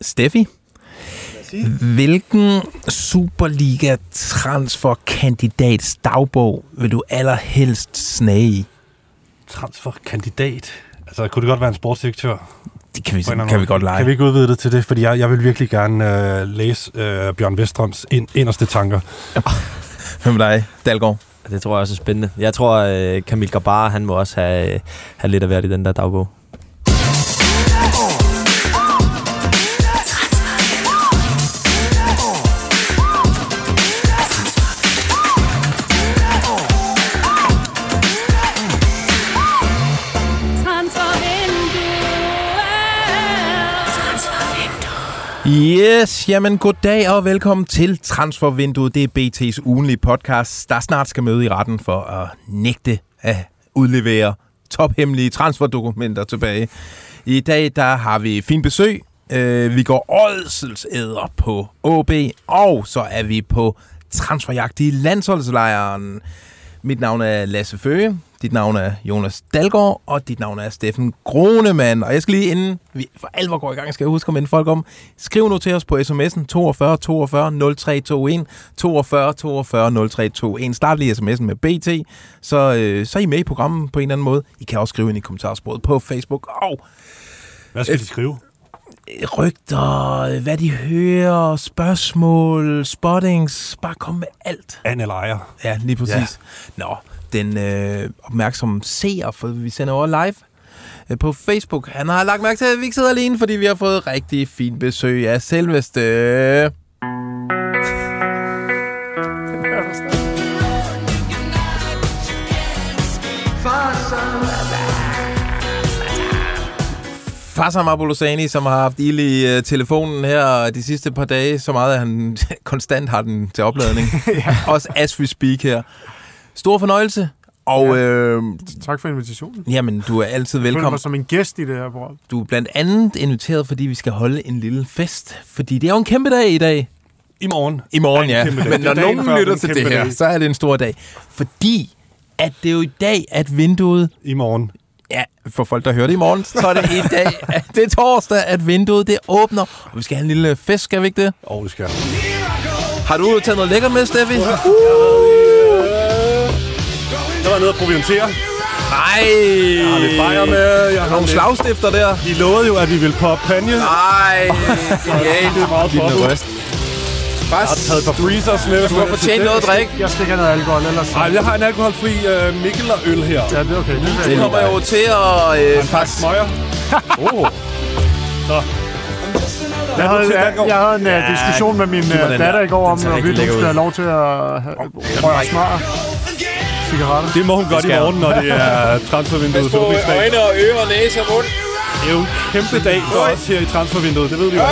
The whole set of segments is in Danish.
Steffi, hvilken Superliga-transferkandidats dagbog vil du allerhelst snage i? Transferkandidat? Altså, kunne det godt være en sportsdirektør? Det kan vi godt lege. Kan vi ikke udvide det til det? Fordi jeg vil virkelig gerne læse Bjørn Westrøms inderste tanker. Hvem med dig, Dalgaard? Det tror jeg også er spændende. Jeg tror, Kamil Grabara, han må også have lidt af hvert i den der dagbog. Yes, jamen goddag og velkommen til Transfervinduet. Det er BT's ugenlige podcast, der snart skal møde i retten for at nægte at udlevere tophemmelige transferdokumenter tilbage. I dag der har vi fint besøg. Vi går ådselsæder på OB, og så er vi på transferjagt i landsholdslejren. Mit navn er Lasse Føge, dit navn er Jonas Dalgaard, og dit navn er Steffen Gronemann. Og jeg skal lige, inden vi for alvor går i gang, skal jeg huske at minde folk om, skriv nu til os på sms'en 42 42 0321, 42 42 0321. Start lige sms'en med BT, så er I med i programmet på en eller anden måde. I kan også skrive ind i kommentarsporet på Facebook. Og hvad skal de skrive? Rygter, hvad de hører, spørgsmål, spottings, bare kom med alt. An eller ejer. Ja, lige præcis. Ja. Nå, den opmærksomme seer, for vi sender over live på Facebook. Han har lagt mærke til, at vi ikke sidder alene, fordi vi har fået rigtig fint besøg af selveste... Farzam Abolosani, som har haft ild i telefonen her de sidste par dage, så meget at han konstant har den til opladning. Ja. Også as we speak her. Stor fornøjelse. Og, tak for invitationen. Jamen, du er altid velkommen. Jeg føler mig som en gæst i det her program. Du er blandt andet inviteret, fordi vi skal holde en lille fest. Fordi det er jo en kæmpe dag i dag. I morgen. I morgen, ja. Men når nogen lytter til det her, dag, så er det en stor dag. Fordi at det er jo i dag, at vinduet... I morgen. Ja, for folk, der hører det i morgen, så er det i dag, det er torsdag, at vinduet det åbner. Og vi skal have en lille fest, skal vi ikke det? Det skal. Har du taget noget lækkert med, Steffi? Der var noget at proviantere. Nej! Jeg har lidt bajer med. Jeg har nogle slagstifter der. I lovede jo, at vi ville poppe panje. Nej! Ja, det er meget poppet. Jeg har taget et par freezers med. Du har fortjent noget at drikke. Jeg skal ikke have noget alkohol, ellers... Nej, jeg har en alkoholfri Mikkeler-øl her. Ja, det er okay. Det kommer jo til at... faktisk smøger. Så. Jeg havde en diskussion med min datter i går om, hvorvidt hun skal have lov til at røre smør. Cigaretter. Det må hun godt i morgen, når det er transfervinduet. Pas på øjne og ører, næse og mund. Det er jo en kæmpe dag for os her i transfervinduet, det ved vi jo.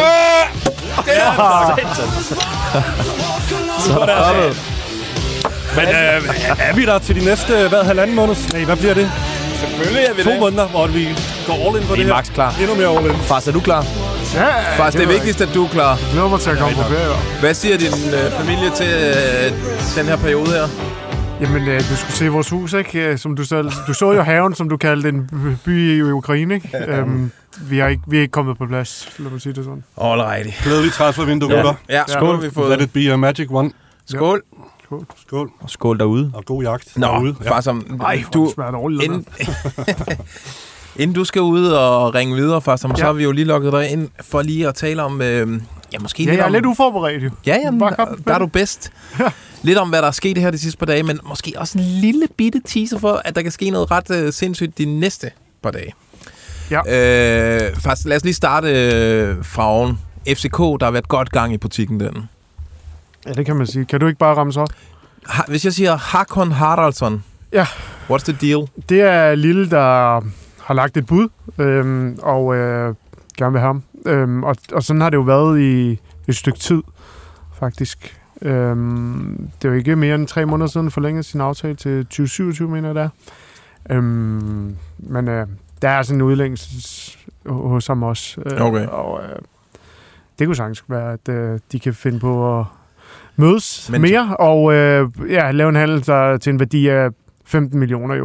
Så er det. Men er vi der til de næste, halvanden måned? Nej, hvad bliver det? Selvfølgelig er vi 2 måneder, hvor vi går all in på det her. Vi er max klar. Endnu mere all in. Fars, er du klar? Ja. Fars, det er vigtigst, at du er klar. Jeg glæder mig til at komme på ferie. Hvad siger din familie til den her periode her? Jamen, du skulle se vores hus, ikke? Som du så jo haven, som du kaldte en by i Ukraine, ikke? Vi er ikke kommet på plads, lad mig sige det sådan. Alrighty. Glædelig transfervindue, gutter. Ja, skål vi får. Let it be a magic one. Skål. Skål. Og skål derude. Og god jagt derude. Nå, Farzam, du smager dårligt. Inden du skal ud og ringe videre, Farzam, så har vi jo lige lukket dig ind for lige at tale om... måske jeg er lidt uforberedt, jo. Ja, der er du bedst. Lidt om, hvad der er sket her de sidste par dage, men måske også en lille bitte teaser for, at der kan ske noget ret sindssygt de næste par dage. Ja. Faktisk, lad os lige starte fra oven. FCK, der har været godt gang i butikken den. Ja, det kan man sige. Kan du ikke bare ramme så? Hvis jeg siger Hakon Haraldsson, ja. What's the deal? Det er Lille, der har lagt et bud, og gerne vil have ham. Og sådan har det jo været i et stykke tid, faktisk. Det er jo ikke mere end 3 måneder siden forlænget sin aftale til 2027, mener jeg der. Men der er sådan en udlængelse hos ham også. Okay. Og det kunne sagtens være, at de kan finde på at mødes mere og lave en handel til en værdi af 15 millioner euro.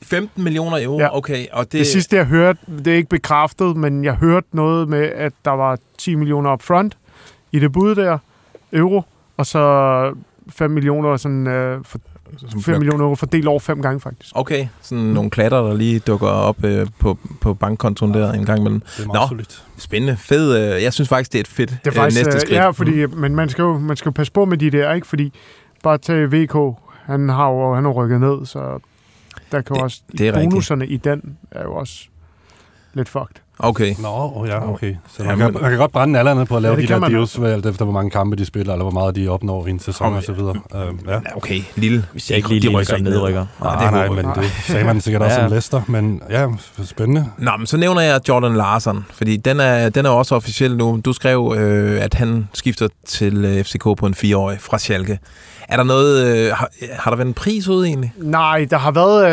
15 millioner euro, Ja. okay. Og Det sidste, jeg hørte, det er ikke bekræftet, men jeg hørte noget med, at der var 10 millioner up front i det bud der, euro, og så 5 millioner sådan, 5 millioner euro fordelt over 5 gange, faktisk. Okay, sådan nogle klatter, der lige dukker op på bankkontoen der en gang imellem. Det er meget solidt. Spændende. Fed. Jeg synes faktisk, det er et fedt Det er faktisk, næste skridt. Ja, fordi, men man skal jo passe på med de der, ikke? Fordi bare tage VK, han har rykket ned, så der kan jo også... det er bonuserne i den er jo også lidt fucked. Okay. Nå, ja, okay. Så Ja, man kan godt brænde alderne på at lave det de der kan man deals, alt efter hvor mange kampe de spiller, eller hvor meget de opnår i en sæson og så videre. Ja. Okay, lille. Hvis jeg ikke lige ligner som nedrykker. Nej, men det sagde man sikkert også om Leicester, men ja, spændende. Nå, men så nævner jeg Jordan Larsson, fordi den er også officiel nu. Du skrev, at han skifter til FCK på en 4-årig fra Schalke. Er der noget... har der været en pris ud egentlig? Nej, der har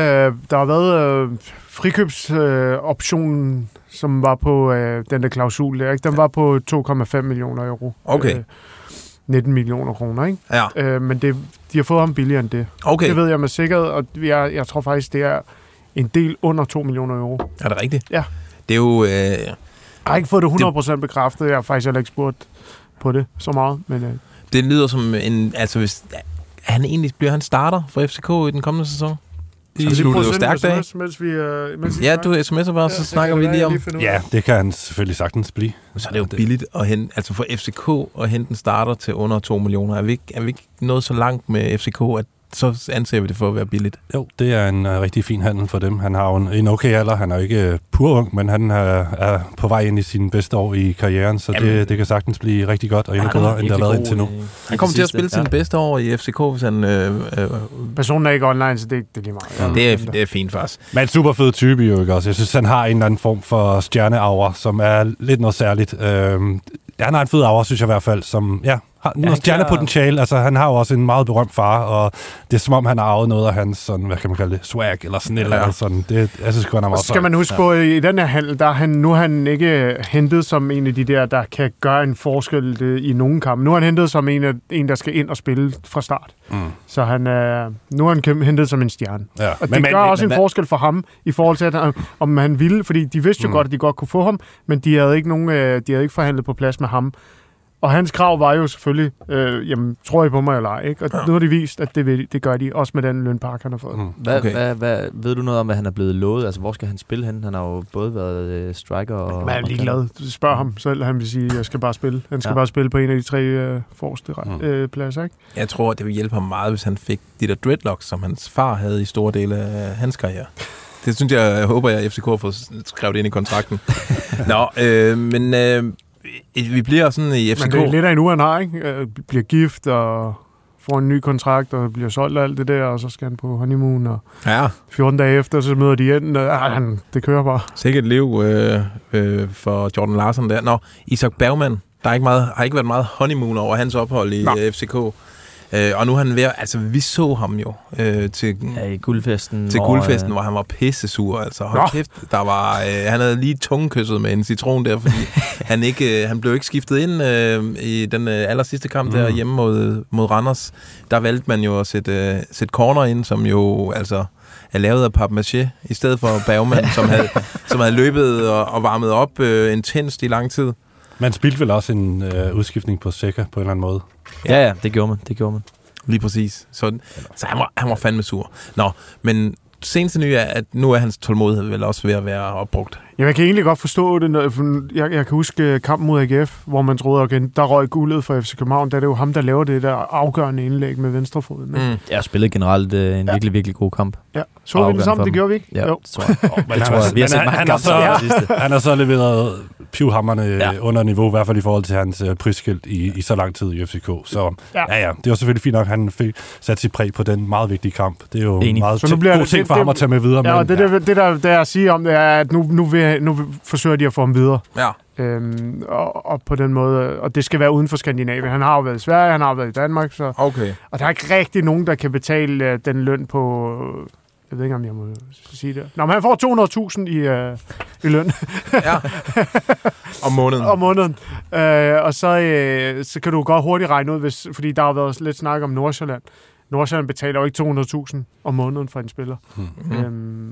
været frikøbsoptionen, som var på den der klausul der, ikke? Den var på 2,5 millioner euro. Okay. 19 millioner kroner, ikke? Ja. Men de har fået ham billigere end det. Okay. Det ved jeg med sikkerhed, og jeg tror faktisk, det er en del under 2 millioner euro. Er det rigtigt? Ja. Det er jo... Jeg har ikke fået det 100% bekræftet. Jeg har faktisk heller ikke spurgt på det så meget, men... Det lyder som en... Altså, hvis... Bliver han starter for FCK i den kommende sæson? Det sluttede jo stærkt af. Ja, du sms'er bare, så snakker vi lige om... Ja, det kan han selvfølgelig sagtens blive. Så er det jo billigt at hente... Altså for FCK at hente en starter til under 2 millioner. Er vi ikke nået så langt med FCK, at så anser vi det for at være billigt? Jo, det er en rigtig fin handel for dem. Han har jo en okay alder. Han er jo ikke pur ung, men han er på vej ind i sine bedste år i karrieren, så det kan sagtens blive rigtig godt og endnu bedre, end det har været indtil nu. Han kommer til at spille sine bedste år i FCK, hvis han... Personen er ikke online, så det er lige meget. Ja. Det er fint faktisk. Men en super fed type jo, ikke også? Jeg synes, han har en eller anden form for stjerneaura, som er lidt noget særligt. Han har en fed aura, synes jeg i hvert fald, som har noget stjernepotentiale. Altså, han har jo også en meget berømt far, og det er som om, han har arvet noget af hans, sådan, hvad kan man kalde det, swag, eller sådan et eller andet sådan. Det, jeg synes, han er meget så skal man huske på, i den her handel, der er han ikke hentet som en af de der kan gøre en forskel i nogen kamp. Nu er han hentet som en der skal ind og spille fra start. Så nu er han hentet som en stjerne. Ja. Og det gør også en forskel for ham, i forhold til, om han ville, fordi de vidste jo godt, at de godt kunne få ham, men de havde ikke forhandlet på plads med ham. Og hans krav var jo selvfølgelig, tror I på mig eller ej, ikke? Og nu har de vist, at det gør de, også med den lønpakke, han har fået. Hvad ved du noget om, hvad han er blevet lovet? Altså, hvor skal han spille hen? Han har jo både været striker og... Men jeg er ligeglad. Spørg ham selv, han vil sige, at jeg skal bare spille. Han skal bare spille på en af de 3 forreste pladser, ikke? Jeg tror, det vil hjælpe ham meget, hvis han fik de der dreadlocks, som hans far havde i store dele af hans karriere. Det synes jeg håber, at FCK får skrevet ind i kontrakten. Nå, men... vi bliver sådan i FCK... Men det er lidt af en uge, han har, ikke? Bliver gift og får en ny kontrakt og bliver solgt og alt det der, og så skal han på honeymoon, og 14 dage efter, så møder de igen. Det kører bare. Sikkert et liv for Jordan Larsson der. Nå, Isak Bergman, der har ikke været meget honeymoon over hans ophold i FCK. Og nu er han ved, altså vi så ham jo til guldfesten, hvor han var pissesur, altså hold kæft, han havde lige tungekysset med en citron der, fordi han blev ikke skiftet ind i den aller sidste kamp der hjemme mod Randers. Der valgte man jo at sætte corner ind, som jo altså er lavet af papmaché, i stedet for Bergman, som havde løbet og varmet op intenst i lang tid. Man spildte vel også en udskiftning på Seca på en eller anden måde. Ja, det gjorde man. Lige præcis. Så han var fandme sur. Nå, men seneste nye er, at nu er hans tålmodighed vel også ved at være opbrugt. Ja, jeg kan egentlig godt forstå det. Jeg kan huske kampen mod AGF, hvor man troede, okay, der røg guldet for FC København. Der er det jo ham, der laver det der afgørende indlæg med venstrefoden. Jeg har spillet generelt en virkelig, virkelig god kamp. Ja. Så vi det sammen? Det gjorde vi ikke? Ja, jo. Det tror jeg. Vi har set mange kampe. Han har så leveret pivhammerne under niveau, i hvert fald i forhold til hans prisskilt i så lang tid i FCK. Så det var selvfølgelig fint nok, at han fik sat sit præg på den meget vigtige kamp. Det er jo en meget god ting for ham at tage med videre. Ja, og det der at sige om det er, at nu forsøger de at få ham videre. Ja. Og på den måde, og det skal være uden for Skandinavien. Han har jo været i Sverige, han har været i Danmark, så okay. Og der er ikke rigtig nogen, der kan betale den løn på. Jeg ved ikke, om jeg må sige det. Nå, men han får 200.000 i løn. Ja. Om måneden. Og så kan du godt hurtigt regne ud, fordi der har været lidt snak om Nordsjælland. Nordsjælland betaler jo ikke 200.000 om måneden for en spiller.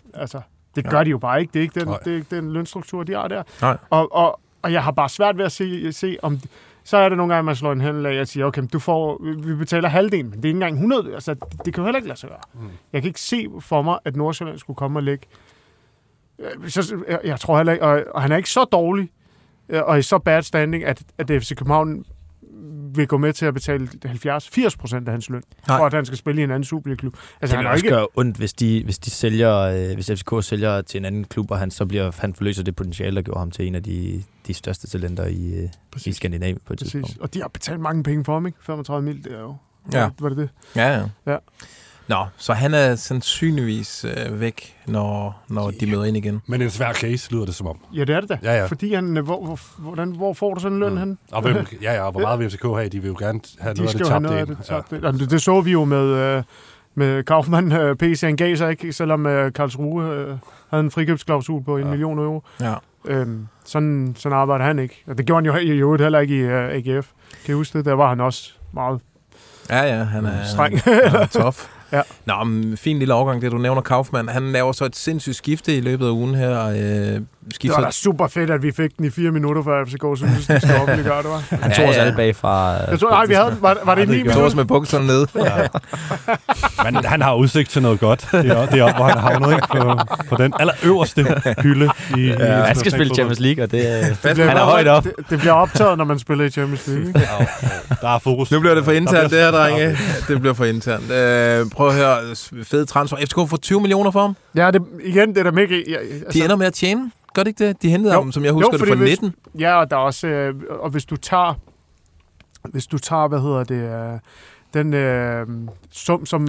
Altså, det gør de jo bare ikke. Det er ikke den lønstruktur, de har der. Nej. Og jeg har bare svært ved at se om... Så er det nogle gange, man slår en handel af og siger, okay, vi betaler halvdelen, men det er ikke engang 100. Altså, det kan jo heller ikke lade sig gøre. Jeg kan ikke se for mig, at Nordsjælland skulle komme og lægge. Jeg tror heller ikke, og han er ikke så dårlig, og i så bad standing, at FC København vil gå med til at betale 70-80% af hans løn, for at han skal spille i en anden Superliga-klub. Altså, det vil også gøre ondt, hvis de sælger, hvis FCK sælger til en anden klub, og han forløser det potentiale, der gjorde ham til en af de største talenter i Skandinavien på et tidspunkt. Og de har betalt mange penge for ham, ikke? 35 mil, det er jo... Ja. Var det det? Ja. Ja. Nå, så han er sandsynligvis væk, når de møder ind igen. Men en svær case, lyder det som om. Ja, det er det da. Ja. Fordi han... Hvor får du sådan en løn hen? Og hvor meget vil FCK have? De vil jo gerne have noget af det. Det så vi jo med Kaufmann. PC, han gav sig ikke, selvom Karlsruhe havde en frikøbsklausul på 1 million euro. Ja. Sådan arbejder han ikke. Og det gjorde han jo heller ikke i AGF. Kan I huske det? Der var han også meget... Ja, han er streng. tough. Ja. Nå, fin lille overgang, det du nævner, Kaufmann. Han laver så et sindssygt skifte i løbet af ugen her. Det var da super fedt, at vi fik den i 4 minutter, før FCK synes, det skal offentliggøre, det var. Han tog os alle bagfra. Jeg tror, nej, vi havde... Var det 9 minutter? Tog os med bukserne ned. Men han har udsigt til noget godt. Det er op, hvor han har noget, ikke? På den allerøverste hylde. Han skal spille Champions League, og det han er højt op. Det bliver optaget, når man spiller i Champions League. Ikke? Der er fokus. Nu bliver det for internt, det her, drenge. Det bliver for internt. Prøv at høre, fed transfer. FCK får 20 millioner for ham. Ja, det er da mega... De ender med at tjene. Gør det ikke det? De hentede ham, som jeg husker det, for 19. Ja, og der er også... og hvis du tager, hvad hedder det... den sum, som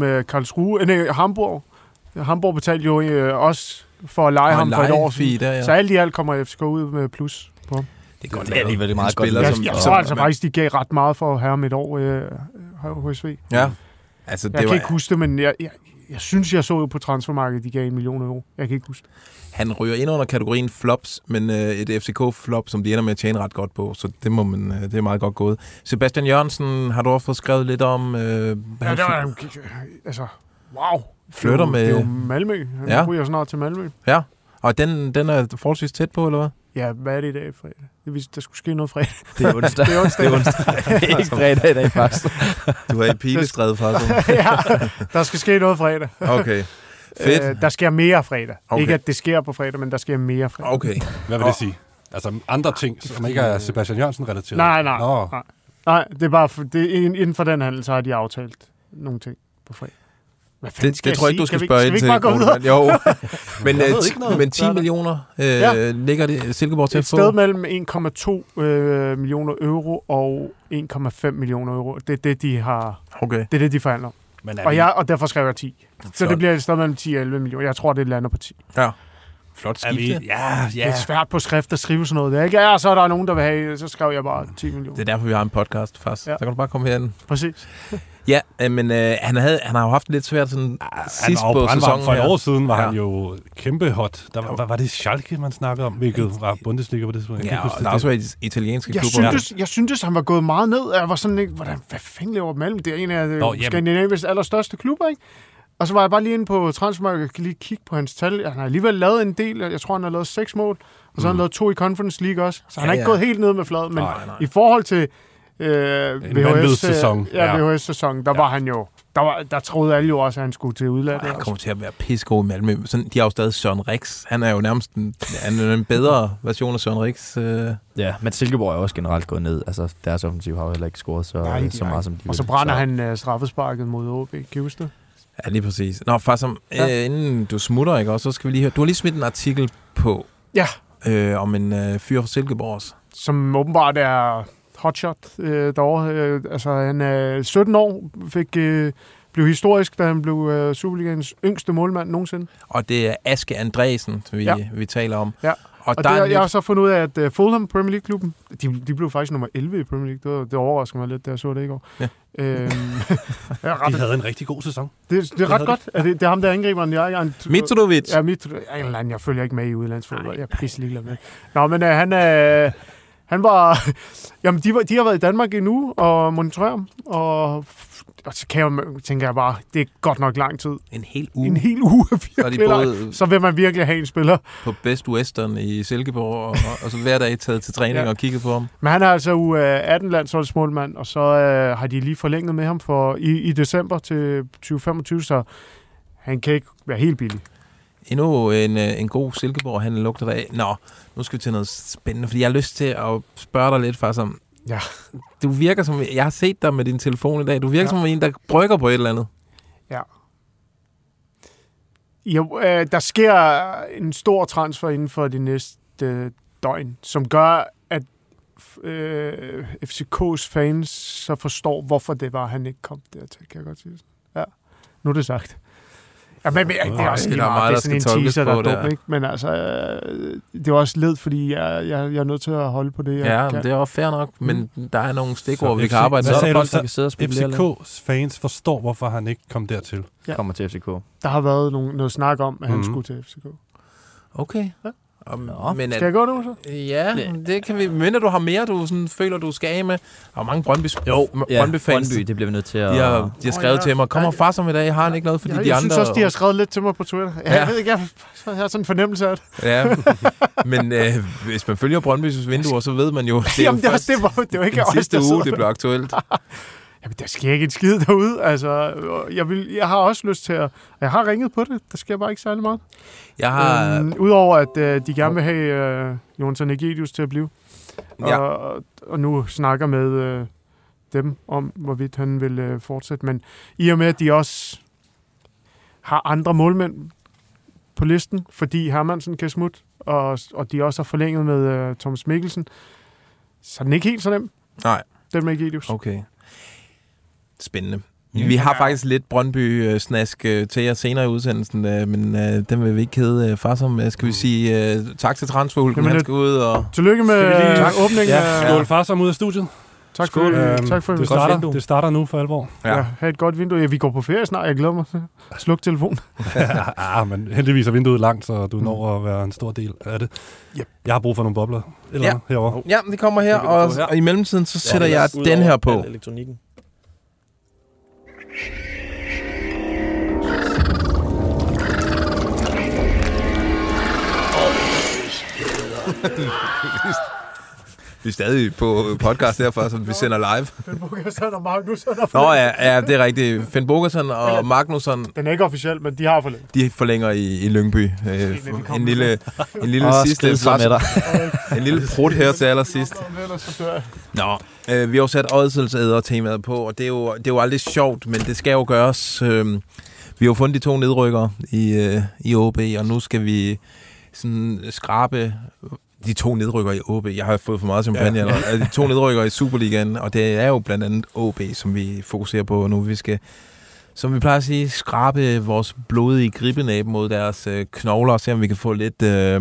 Hamburg betalte jo også for at lege ham for et år siden. Ja. Så alt i alt kommer FCK ud med plus på ham. Det er godt. Det er alligevel meget godt. Jeg tror altså faktisk, de gav ret meget for at have ham et år HSV. Ja. Altså, jeg kan ikke huske det, men jeg synes, jeg så jo på transfermarkedet, de gav 1 million euro. Jeg kan ikke huske det. Han ryger ind under kategorien flops, men et FCK-flop, som de ender med at tjene ret godt på, så det er meget godt gået. Sebastian Jørgensen, har du også fået skrevet lidt om... det var... Altså, wow. Flytter med... Det er jo Malmø. Han ryger snart til Malmø. Ja, og den er forholdsvis tæt på, eller hvad? Ja, hvad er det i dag, fredag? Der skulle ske noget fredag. Det er onsdag. Det er ikke fredag i dag, faktisk. Du er i Pilestræde, faktisk. Ja, der skal ske noget fredag. Okay. Fedt. Der sker mere fredag. Okay. Ikke at det sker på fredag, men der sker mere fredag. Okay. Hvad vil det sige? Altså andre ting, som ikke er Sebastian Jørgensen relateret? Nej, det er bare inden for den handel, så har de aftalt nogle ting på fredag. Det tror jeg ikke, du skal spørge ind til. Skal vi ikke bare gå videre? Men 10 millioner ligger det Silkeborg til at få? Et sted mellem 1,2 millioner euro og 1,5 millioner euro. Det er det, de har. Okay. Det er det, de forhandler om. Og derfor skrev jeg 10. Så det bliver et sted mellem 10 og 11 millioner. Jeg tror, det lander på 10. Ja. Flot skifte. Ja. Det er svært på skrift at skrive sådan noget. Det er ikke? Ja, så er der nogen, der vil have, så skrev jeg bare 10 millioner. Det er derfor, vi har en podcast først. Ja. Der kan du bare komme herind. Præcis. Ja, men han har jo haft lidt svært sådan sidst på sæsonen. For et år siden var han jo kæmpe hot. Var det Schalke, man snakkede om, hvilket var Bundesliga på det tidspunkt? Ja, og der er også været italienske klubber. Jeg syntes, han var gået meget ned. Jeg var sådan ikke, hvad fanden laver Malmø? Det er en af Skandinaviens allerstørste klubber, ikke? Og så var jeg bare lige inde på transfermarkedet og lige kigge på hans tal. Han har alligevel lavet en del. Jeg tror, han har lavet 6 mål. Og så har han lavet 2 i Conference League også. Så han er ikke gået helt ned med fladen. Men i forhold til VHS-sæson. VHS-sæson, der var han jo... Der troede alle jo også, at han skulle til udlandet. Han kommer til at være pissegod i Malmø. Sådan, de har jo stadig Søren Rix. Han er jo nærmest en bedre version af Søren Rix. Ja, men Silkeborg er også generelt gået ned. Altså, deres offensiv har jo heller ikke scoret så meget, som de vil. Og så brænder han straffesparket mod OB. Kan I huske det? Ja, lige præcis. Nå, faktisk, inden du smutter, ikke, også, så skal vi lige høre. Du har lige smidt en artikel på om en fyr fra Silkeborg også. Som åbenbart er hotshot derovre. Altså, han er 17 år, blev historisk, da han blev Superligaens yngste målmand nogensinde. Og det er Aske Andresen, vi taler om. Ja. Og jeg har så fundet ud af, at Fulham, Premier League-klubben, de blev faktisk nummer 11 i Premier League. Det overrasker mig lidt, da jeg så det i går. Ja. De havde en rigtig god sæson. Det er ret godt. Det er ham, der angriber. Mitrovic. Ja, jeg følger ikke med i udlandsfodbold. Jeg er pisselig ligeglad med. Nå, men Han var... Jamen, de har været i Danmark en uge og monitorere ham, og så tænker jeg bare, det er godt nok lang tid. En hel uge? En hel uge så, virkelig så vil man virkelig have en spiller. På Best Western i Silkeborg, og så hver dag taget til træning og kigget på ham. Men han er altså U18-landsholdsmålmand, og så har de lige forlænget med ham for i december til 2025, så han kan ikke være helt billig. Endnu en god Silkeborg, han lugter der af. Nå, nu skal vi til noget spændende, fordi jeg har lyst til at spørge dig lidt faktisk om... Ja. Du virker som... Jeg har set dig med din telefon i dag. Du virker som en, der brygger på et eller andet. Ja. Jo, der sker en stor transfer inden for de næste døgn, som gør, at FCK's fans så forstår, hvorfor det var, han ikke kom dertil, kan jeg godt sige. Ja, nu er det sagt. Ja, men det er også lige meget, det er sådan en teaser, der er dum, ikke? Men altså, det er også led, fordi jeg er nødt til at holde på det. Ja, det er også fair nok, men der er nogle stikord, vi kan arbejde med. Så er folk, der kan sidde og spekulere. FCK's fans forstår, hvorfor han ikke kom dertil. Ja. Kommer til FCK. Der har været noget snak om, at han skulle til FCK. Okay. Ja. Men skal jeg gå nu så? Ja, det kan vi. Men du har mere, du sådan, føler, du skal af med. Der er mange Brøndby-fans. Brøndby, det bliver vi nødt til at... De har skrevet til mig, kommer far som i dag, har han ikke noget, fordi de andre... Jeg synes også, de har skrevet lidt til mig på Twitter. Jeg ved ikke, jeg har sådan en fornemmelse af det. Ja, men hvis man følger Brøndbys vinduer, så ved man jo... Det Jamen, det var ikke den sidste uge, det blev aktuelt. Jamen, der sker ikke en skid derude. Altså, jeg har også lyst til at... Jeg har ringet på det. Der sker bare ikke særlig meget. Jeg har... Udover at de gerne vil have Jonathan Egedius til at blive. Ja. Og nu snakker med dem om, hvorvidt han vil fortsætte. Men i og med, at de også har andre målmænd på listen, fordi Hermansen kan smutte, og de også har forlænget med Thomas Mikkelsen, så er den ikke helt så nem. Nej. Den med Egedius. Okay. Spændende. Vi har faktisk lidt Brøndby-snask til jer senere i udsendelsen, men den vil vi ikke kede far som. Skal vi sige tak til Transferhulken, han skal ud og... Tillykke med åbningen. Ja. Skål far som ud af studiet. Tak for det starter nu for alvor. Ja, have et godt vindue. Ja, vi går på ferie snart, jeg glæder mig til. Sluk telefonen. Ja, men heldigvis er vinduet langt, så du når at være en stor del af det. Yep. Jeg har brug for nogle bobler. Eller herovre. Ja, det kommer her, og i mellemtiden så sætter jeg den her på. Elektronikken. Vi er stadig på podcast derfor, så vi sender live. Finn Bogerson og Magnusson. Nå ja, det er rigtigt. Finn Bogerson og Magnusson. Den er ikke officiel, men de har forlænget. De forlænger i Lyngby. En lille sidste en lille prut her til allersidst. Nå, vi har jo sat ådselsæder-temaet på, og det er jo aldrig sjovt, men det skal jo gøres. Vi har jo fundet de 2 nedrykkere i OB, og nu skal vi sådan skrabe de 2 nedrykkere i OB. Jeg har fået for meget champagne. Ja. De 2 nedrykkere i Superligaen, og det er jo blandt andet OB, som vi fokuserer på nu. Vi skal, som vi plejer at sige, skrabe vores blodige gribbenæb mod deres knogler, og se om vi kan få lidt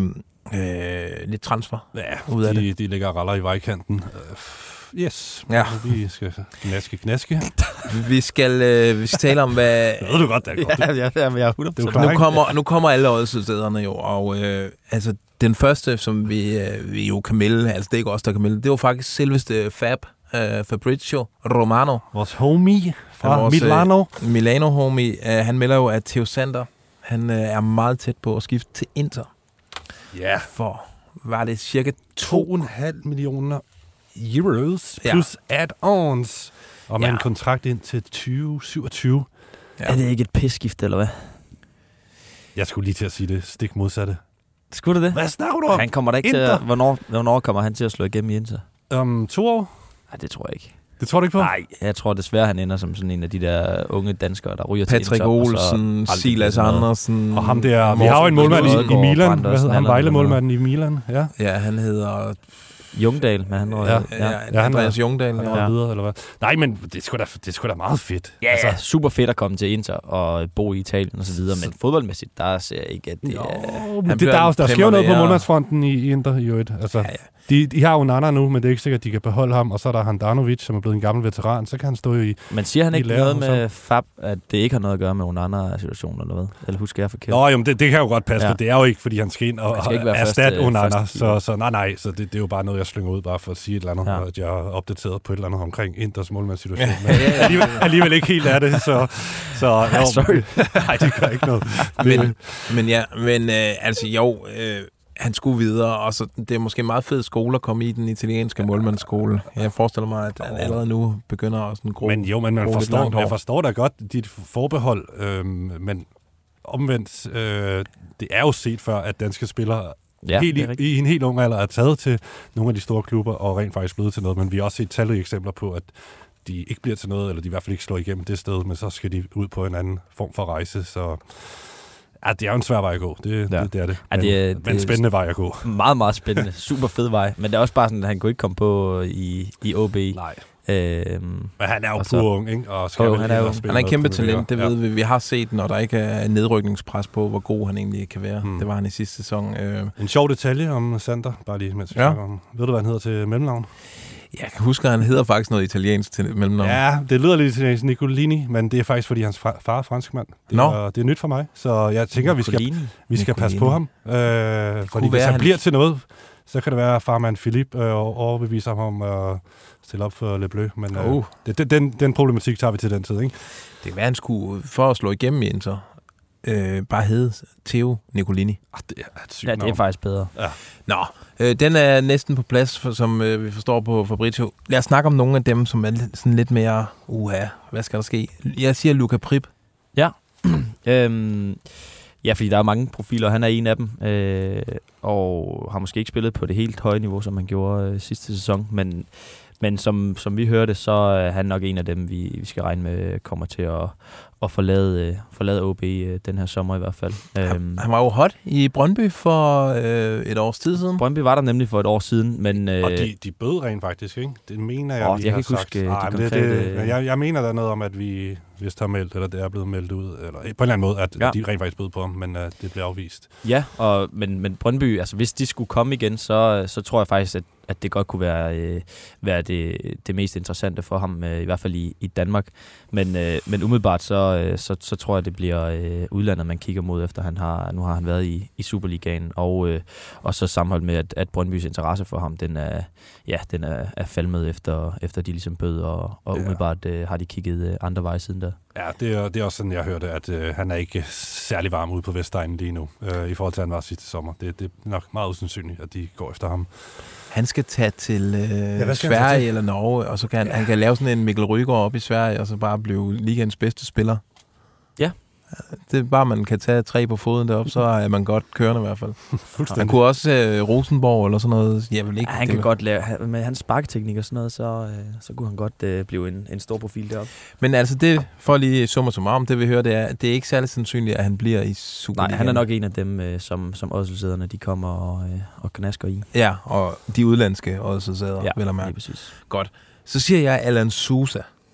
transfer ud af det. De ligger og raller i vejkanten. Yes. Ja. Vi skal knaske. Vi skal tale om, hvad... Det ved du godt, det er godt. Ja, jeg er 100%. Nu kommer alle ådselsæderne jo, og altså den første, som vi jo kan melde, altså det er ikke os, der kan melde, det var faktisk selveste Fabrizio Romano. Vores homie fra Milano. Milano-homie. Han melder jo, at Theo Sander, han er meget tæt på at skifte til Inter. Ja. For, var det cirka 2,5 millioner euros plus add-ons. Og med en kontrakt ind til 2027. Ja. Er det ikke et pisskift, eller hvad? Jeg skulle lige til at sige det stik modsatte. Skulle det? Hvad snakker du om? Han kommer da ikke til at... Hvornår kommer han til at slå igennem i Inter? 2 år? Nej, det tror jeg ikke. Det tror du ikke på? Nej, jeg tror desværre, han ender som sådan en af de der unge danskere, der ryger Patrick til Inter. Olsen, Silas Andersen. Og ham der... Vi har jo en målmand i Milan. Hvad hedder han? Vejle-målmanden i Milan. Ja, han hedder... Jungdal, men han var... Andreas Jungdal. Videre, eller hvad? Nej, men det er sgu da meget fedt. Ja, altså, super fedt at komme til Inter og bo i Italien og så videre, men fodboldmæssigt, der ser jeg ikke, at det er... Der sker jo noget på målmandsfronten i Inter, jo et. Altså. De har Onana nu, men det er ikke sikkert, at de kan beholde ham, og så er der Handanovic, som er blevet en gammel veteran, så kan han stå i... Men siger han ikke noget med Fab, at det ikke har noget at gøre med Onana-situationen eller hvad? Eller husker jeg forkert? Nå, jo, det kan jo godt passe, for det er jo ikke, fordi han skal ind og erstatte Onana, så nej, så det er jo bare noget, jeg slynger ud, bare for at sige et eller andet, at jeg er opdateret på et eller andet omkring Inters målmandssituation. Men alligevel ikke helt er det, så sorry. Nej, det gør ikke noget. Han skulle videre, og så det er måske en meget fed skole at komme i, den italienske målmandsskole. Jeg forestiller mig, at han allerede nu begynder også en grå. Men man forstår da godt dit forbehold, men omvendt, det er jo set før, at danske spillere i en helt ung alder er taget til nogle af de store klubber og rent faktisk blevet til noget, men vi har også set talrige eksempler på, at de ikke bliver til noget, eller de i hvert fald ikke slår igennem det sted, men så skal de ud på en anden form for rejse, så... Ja, det er jo en svær vej at gå. Det er det. Men spændende vej at gå. Meget, meget spændende. Super fed vej. Men det er også bare sådan, at han kunne ikke komme på i OB. Nej. Men han er jo pur ung, ikke? Og han er en kæmpe talent, det ved vi. Vi har set, når der ikke er nedrykningspres på, hvor god han egentlig kan være. Det var han i sidste sæson. En sjov detalje om Sander, bare lige mens vi snakker om. Ved du, hvad han hedder til mellemnavn? Jeg kan huske, at han hedder faktisk noget italiensk til mellemnavn. Ja, det lyder lidt italiensk, Nicolini, men det er faktisk, fordi hans far er franskmand. Det er nyt for mig, så jeg tænker, vi skal passe på ham. Fordi hvis han bliver til noget, så kan det være, at farmand Philippe overbeviser ham om at stille op for Le Bleu. Men den problematik tager vi til den tid, ikke? Det kan være, han skulle, for at slå igennem i Inter, bare hedde Theo Nicolini. Det er et sygt navn. Det er faktisk bedre. Ja. Nå, den er næsten på plads, som vi forstår på Fabrizio. Lad os snakke om nogle af dem, som er sådan lidt mere, hvad skal der ske? Jeg siger Luka Prip. Ja. Ja, fordi der er mange profiler, han er en af dem, og har måske ikke spillet på det helt høje niveau, som han gjorde sidste sæson, men som vi hørte, så er han nok en af dem, vi skal regne med kommer til at forlade OB den her sommer i hvert fald. Han var jo hot i Brøndby for et års tid siden. Brøndby var der nemlig for et år siden, men... og de bød rent faktisk, ikke? Det mener jeg, vi har sagt. Jeg mener, der er noget om, at vi vist har meldt, eller det er blevet meldt ud, eller på en eller anden måde, at de rent faktisk bød på ham, men det blev afvist. Ja, men Brøndby, altså hvis de skulle komme igen, så tror jeg faktisk, at det godt kunne være det mest interessante for ham, i hvert fald i Danmark. Men umiddelbart så tror jeg, det bliver udlandet, man kigger mod, efter nu har han været i Superligaen, og så sammenholdt med, at Brøndbys interesse for ham, den er falmet efter de ligesom bød, og umiddelbart har de kigget andre veje siden der. Ja, det er også sådan, jeg hørte, at han er ikke særlig varm ude på Vestegnen lige nu, i forhold til, at han var sidste sommer. Det er nok meget usandsynligt, at de går efter ham. Han skal tage til Sverige eller Norge, og så kan han kan lave sådan en Mikkel Rygaard op i Sverige, og så bare blive ligaens bedste spiller. Ja. Det er bare, man kan tage 3 på foden deroppe, så er man godt kørende i hvert fald. Han kunne også Rosenborg eller sådan noget. Jeg vil ikke, han kan godt lave, med hans sparketeknik og sådan noget, så kunne han godt blive en stor profil deroppe. Men altså det, for lige summa summarum, det vi hører, det er ikke særlig sandsynligt, at han bliver i Superligaen. Nej, han er nok en af dem, som oddsæderne, de kommer og knasker i. Ja, og de udlandske oddsædere, vil jeg mærke. Ja, præcis. Godt. Så siger jeg Alan Sousa.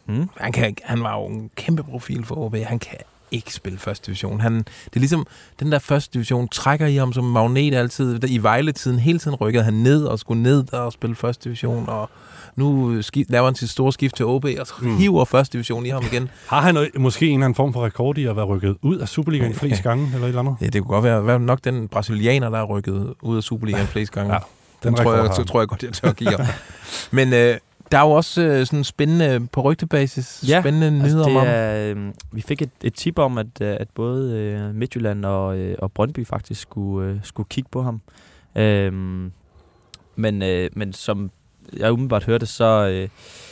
Han var jo en kæmpe profil for OB. Han kan ikke spille første division. Det er ligesom, den der første division trækker i ham som magnet altid. I Vejle-tiden hele tiden rykkede han ned og skulle ned og spille første division, og nu laver han sit store skift til OB, og så hiver første division i ham igen. Har han måske en eller anden form for rekord i at være rykket ud af Superligaen flest gange, eller et eller andet? Ja, det kunne godt være nok den brasilianer, der er rykket ud af Superligaen flest gange. Ja, den tror jeg godt, jeg tør give ham. Men der er jo også sådan spændende på rygtebasis, spændende nyheder om ham. Vi fik et tip om, at både Midtjylland og Brøndby faktisk skulle kigge på ham. Men som jeg umiddelbart hørte, så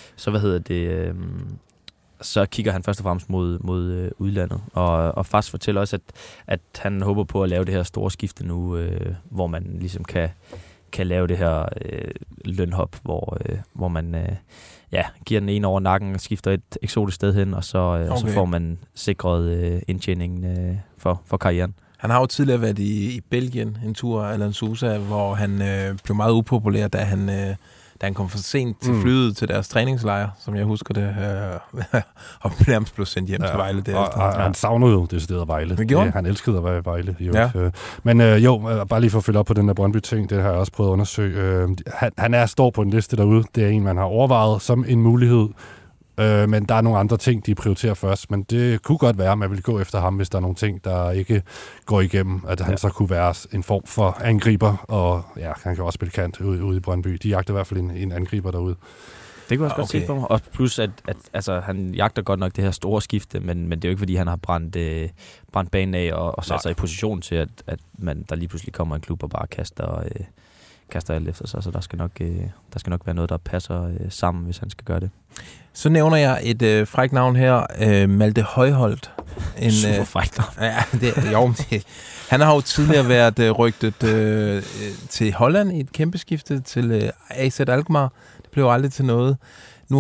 kigger han først og fremmest mod udlandet. Og faktisk fortæller også, at han håber på at lave det her store skifte nu, hvor man ligesom kan lave det her lønhop, hvor man giver den ene over nakken og skifter et eksotisk sted hen, og så får man sikret indtjeningen for karrieren. Han har jo tidligere været i Belgien en tur, Alan Sousa, hvor han blev meget upopulær, da han da han kom for sent til flyet til deres træningslejr, som jeg husker det, og nærmest blev sendt hjem til Vejle derefter. Og han savnede jo det sted af Vejle. Det gjorde han elskede at være i Vejle. Men bare lige for at følge op på den der Brøndby-ting, det har jeg også prøvet at undersøge. Han står på en liste derude. Det er en, man har overvejet som en mulighed. Men der er nogle andre ting, de prioriterer først. Men det kunne godt være, at man vil gå efter ham, hvis der er nogle ting, der ikke går igennem. At han så kunne være en form for angriber, og han kan også spille kant ude i Brøndby. De jagter i hvert fald en angriber derude. Det kunne jeg også godt se på mig. Og plus, at altså, han jagter godt nok det her store skifte, men det er jo ikke, fordi han har brændt banen af og sat sig i position til, at der lige pludselig kommer en klub og bare kaster alt efter sig. Så der skal nok være noget, der passer sammen, hvis han skal gøre det. Så nævner jeg et frækt navn her, Malte Højholt. Super frækt navn. Han har jo tidligere været rygtet til Holland i et kæmpe skifte til AZ Alkmaar. Det blev aldrig til noget. Nu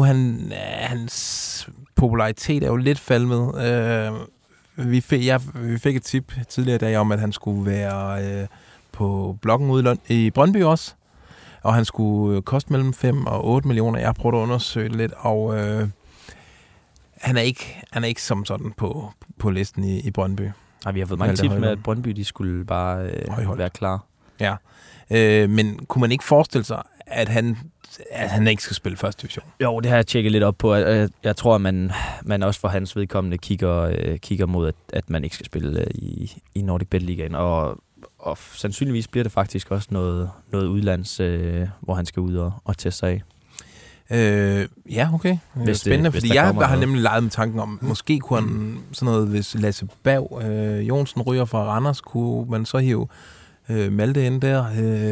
hans popularitet er jo lidt falmet. Vi fik et tip tidligere i dag om, at han skulle være på bloggen ude i Brøndby også. Og han skulle koste mellem 5 og 8 millioner. Jeg har prøvet at undersøge det lidt, og han er ikke som sådan på listen i Brøndby. Nej, vi har fået mange tips med, at Brøndby de skulle bare være klar. Ja, men kunne man ikke forestille sig, at han ikke skal spille første division? Jo, det har jeg tjekket lidt op på. Jeg tror, at man også for hans vedkommende kigger mod, at man ikke skal spille i Nordic Bet Ligaen. Og sandsynligvis bliver det faktisk også noget udlands, hvor han skal ud og teste sig af. Ja, okay. Spændende, fordi jeg har nemlig leget med tanken om, måske kunne han sådan noget, hvis Lasse Berg Jonsen ryger fra Randers, kunne man så hive Malte ind der.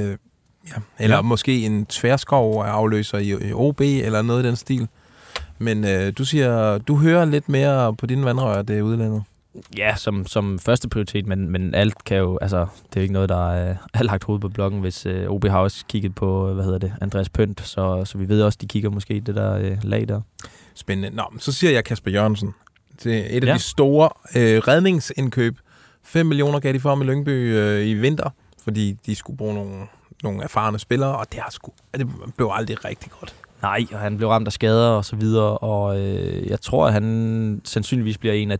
Eller måske en Tværskov afløser i OB, eller noget i den stil. Men du siger, du hører lidt mere på dine vandrør, det er udlandet. Ja, som første prioritet, men alt kan jo, altså, det er jo ikke noget, der er lagt hoved på bloggen, hvis OB har også kigget på, Andreas Pønt, så vi ved også, de kigger måske det der lag der. Spændende. Nå, så siger jeg Kasper Jørgensen. Det er et af de store redningsindkøb. 5 millioner gav de for ham i Lyngby i vinter, fordi de skulle bruge nogle erfarne spillere, og det blev aldrig rigtig godt. Nej, og han blev ramt af skader og så videre, og jeg tror, at han sandsynligvis bliver en af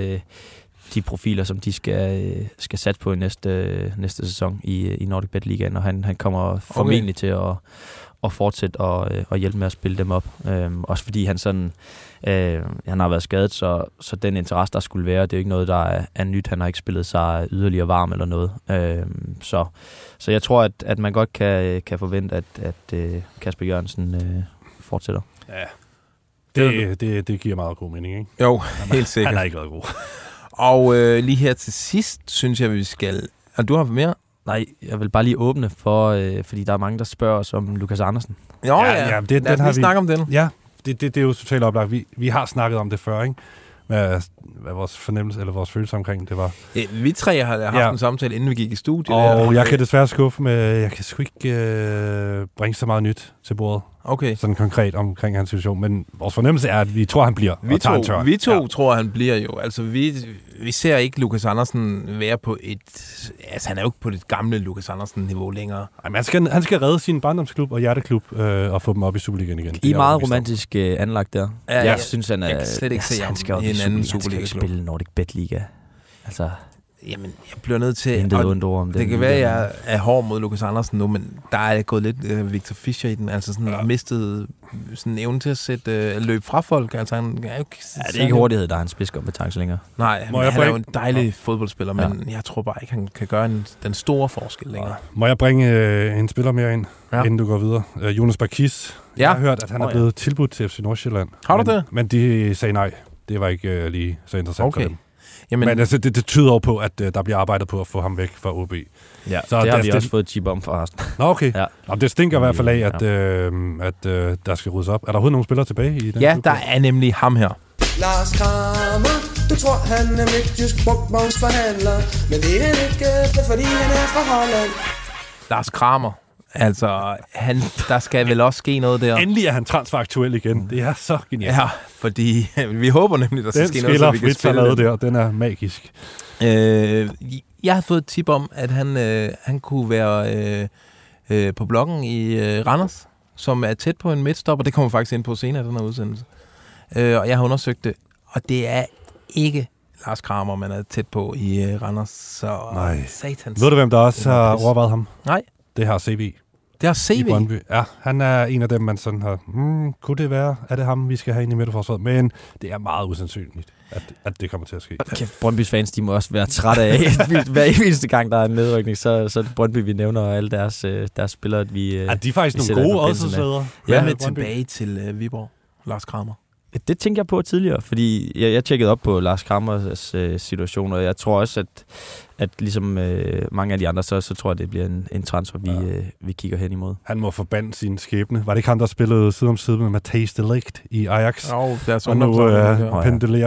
de profiler, som de skal satse på i næste sæson i Nordic Bet Ligaen, og han kommer formentlig til at fortsætte og hjælpe med at spille dem op. Også fordi han han har været skadet, så den interesse, der skulle være, det er jo ikke noget, der er nyt. Han har ikke spillet sig yderligere varm eller noget. Så jeg tror, at man godt kan forvente, at Kasper Jørgensen fortsætter. Ja, det giver meget god mening, ikke? Jo, helt sikkert. Han har ikke været god. Og lige her til sidst, synes jeg, vi skal... Og du har mere? Nej, jeg vil bare lige åbne for, fordi der er mange, der spørger os om Lukas Andersen. Jo, ja. Lad os lige snakke om den. Ja, det er jo totalt oplagt. Vi har snakket om det før, ikke? Hvad vores fornemmelse eller vores følelse omkring det var. Vi tre har haft en samtale, inden vi gik i studiet. Og jeg kan desværre skuffe med, jeg kan sgu ikke bringe så meget nyt til bordet. Okay. Sådan konkret omkring hans situation. Men vores fornemmelse er, at vi tror, han bliver og tager en tørn. Vi to tror, han bliver jo. Altså, vi ser ikke Lukas Andersen være på altså, han er jo ikke på det gamle Lukas Andersen-niveau længere. Jamen, han skal redde sin barndomsklub og hjerteklub og få dem op i Superligaen igen. I er meget romantisk anlagt der. Ja, jeg synes, han er... Jeg kan slet ikke se ham i en anden Superliga. Han skal spille Nordic Bet Liga. Altså... Jamen, jeg bliver nødt til... Det kan være, at jeg er hård mod Lukas Andersen nu, men der er gået lidt Victor Fischer i den. Altså sådan mistet sådan evnen til at sætte løb fra folk. Altså, han er jo ikke... det er ikke hurtighed, der er en spidskompetence længere. Nej, han er jo en dejlig fodboldspiller, men jeg tror bare ikke, han kan gøre den store forskel længere. Må jeg bringe en spiller mere ind, inden du går videre? Jonas Bakis. Jeg har hørt, at han er blevet tilbudt til FC Nordsjælland. Har du det? Men de sagde nej. Det var ikke lige så interessant for dem. Jamen, men altså, det tyder over på, at der bliver arbejdet på at få ham væk fra OB. Ja, så det har vi også fået tip om forresten. Nå, okay. Ja. Nå, det stinker i hvert fald af, at der skal ryddes op. Er der overhovedet nogle spillere tilbage i den? Ja, der er nemlig ham her. Lars Kramer, du tror, han er midtjysk brugtvognsforhandler, men det er han ikke, fordi han er fra Holland. Lars Kramer. Altså, der skal vel også ske noget der. Endelig er han transferaktuel igen. Det er så genialt. Ja, fordi vi håber nemlig, der skal ske noget, så vi kan spille den. Der, den er magisk. Jeg har fået et tip om, at han kunne være på bloggen i Randers. som er tæt på en midtstopper. Det kommer faktisk ind på senere, den her udsendelse. Og jeg har undersøgt det, og det er ikke Lars Kramer, man er tæt på i Randers. Så satans. Ved du, hvem der også har overvejet ham? Nej. Det har CV. Det har CV? I Brøndby. Ja, han er en af dem, man sådan har... kunne det være? Er det ham, vi skal have ind i midterforsvaret? Men det er meget usandsynligt, at det kommer til at ske. Kæft, Brøndbys fans, de må også være trætte af, hver eneste gang, der er en nedrykning, så er det Brøndby, vi nævner, og alle deres spillere, vi de er faktisk nogle gode oddsædere. Hvad med tilbage til Viborg, Lars Kramer? Det tænkte jeg på tidligere, fordi jeg tjekkede op på Lars Kramers situation, og jeg tror også, at ligesom mange af de andre, så tror jeg, det bliver en transfer, vi kigger hen imod. Han må forbande sin skæbne. Var det ikke ham, der spillede side om side med Matthijs de Ligt i Ajax? Og nu pendler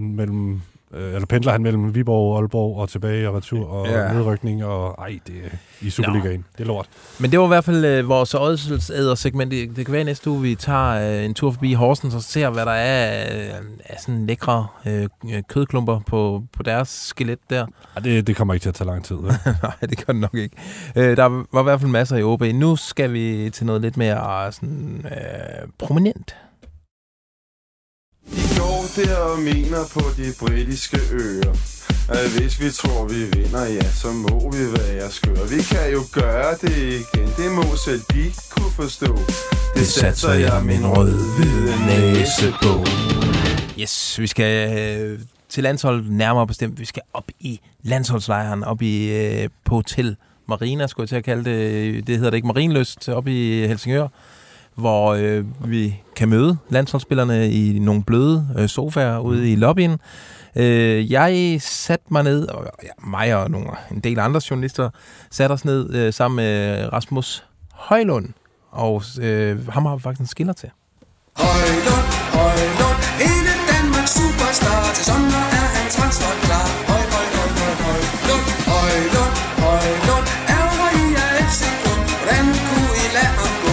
han mellem Viborg, Aalborg og tilbage og retur og nedrykning og i Superligaen. Det er lort. Men det var i hvert fald vores ådselsæder-segment. Det kan være næste uge, vi tager en tur forbi Horsens og ser, hvad der er af sådan lækre kødklumper på deres skelet der. Det kommer ikke til at tage lang tid. Nej, det gør det nok ikke. Der var i hvert fald masser i OB. Nu skal vi til noget lidt mere sådan, prominent. De går der og mener på de britiske øer, at hvis vi tror vi vinder, ja, så må vi være skøre. Vi kan jo gøre det igen, det må selv de kunne forstå. Det satser jeg min rød-hvide næse på. Yes, vi skal til landsholdet nærmere bestemt. Vi skal op i landsholdslejren, op i på Hotel Marina, skulle jeg til at kalde det. Det hedder det ikke, Marienlyst, op i Helsingør, hvor vi kan møde landsholdsspillerne i nogle bløde sofaer ude i lobbyen. Jeg satte mig ned, og mig og en del andre journalister satte os ned sammen med Rasmus Højlund, og ham har vi faktisk en skiller til. Højlund, hele Danmarks superstar, til sommer er han transferklar. Højlund, er over i AFC Klub, hvordan kunne I lade ham gå?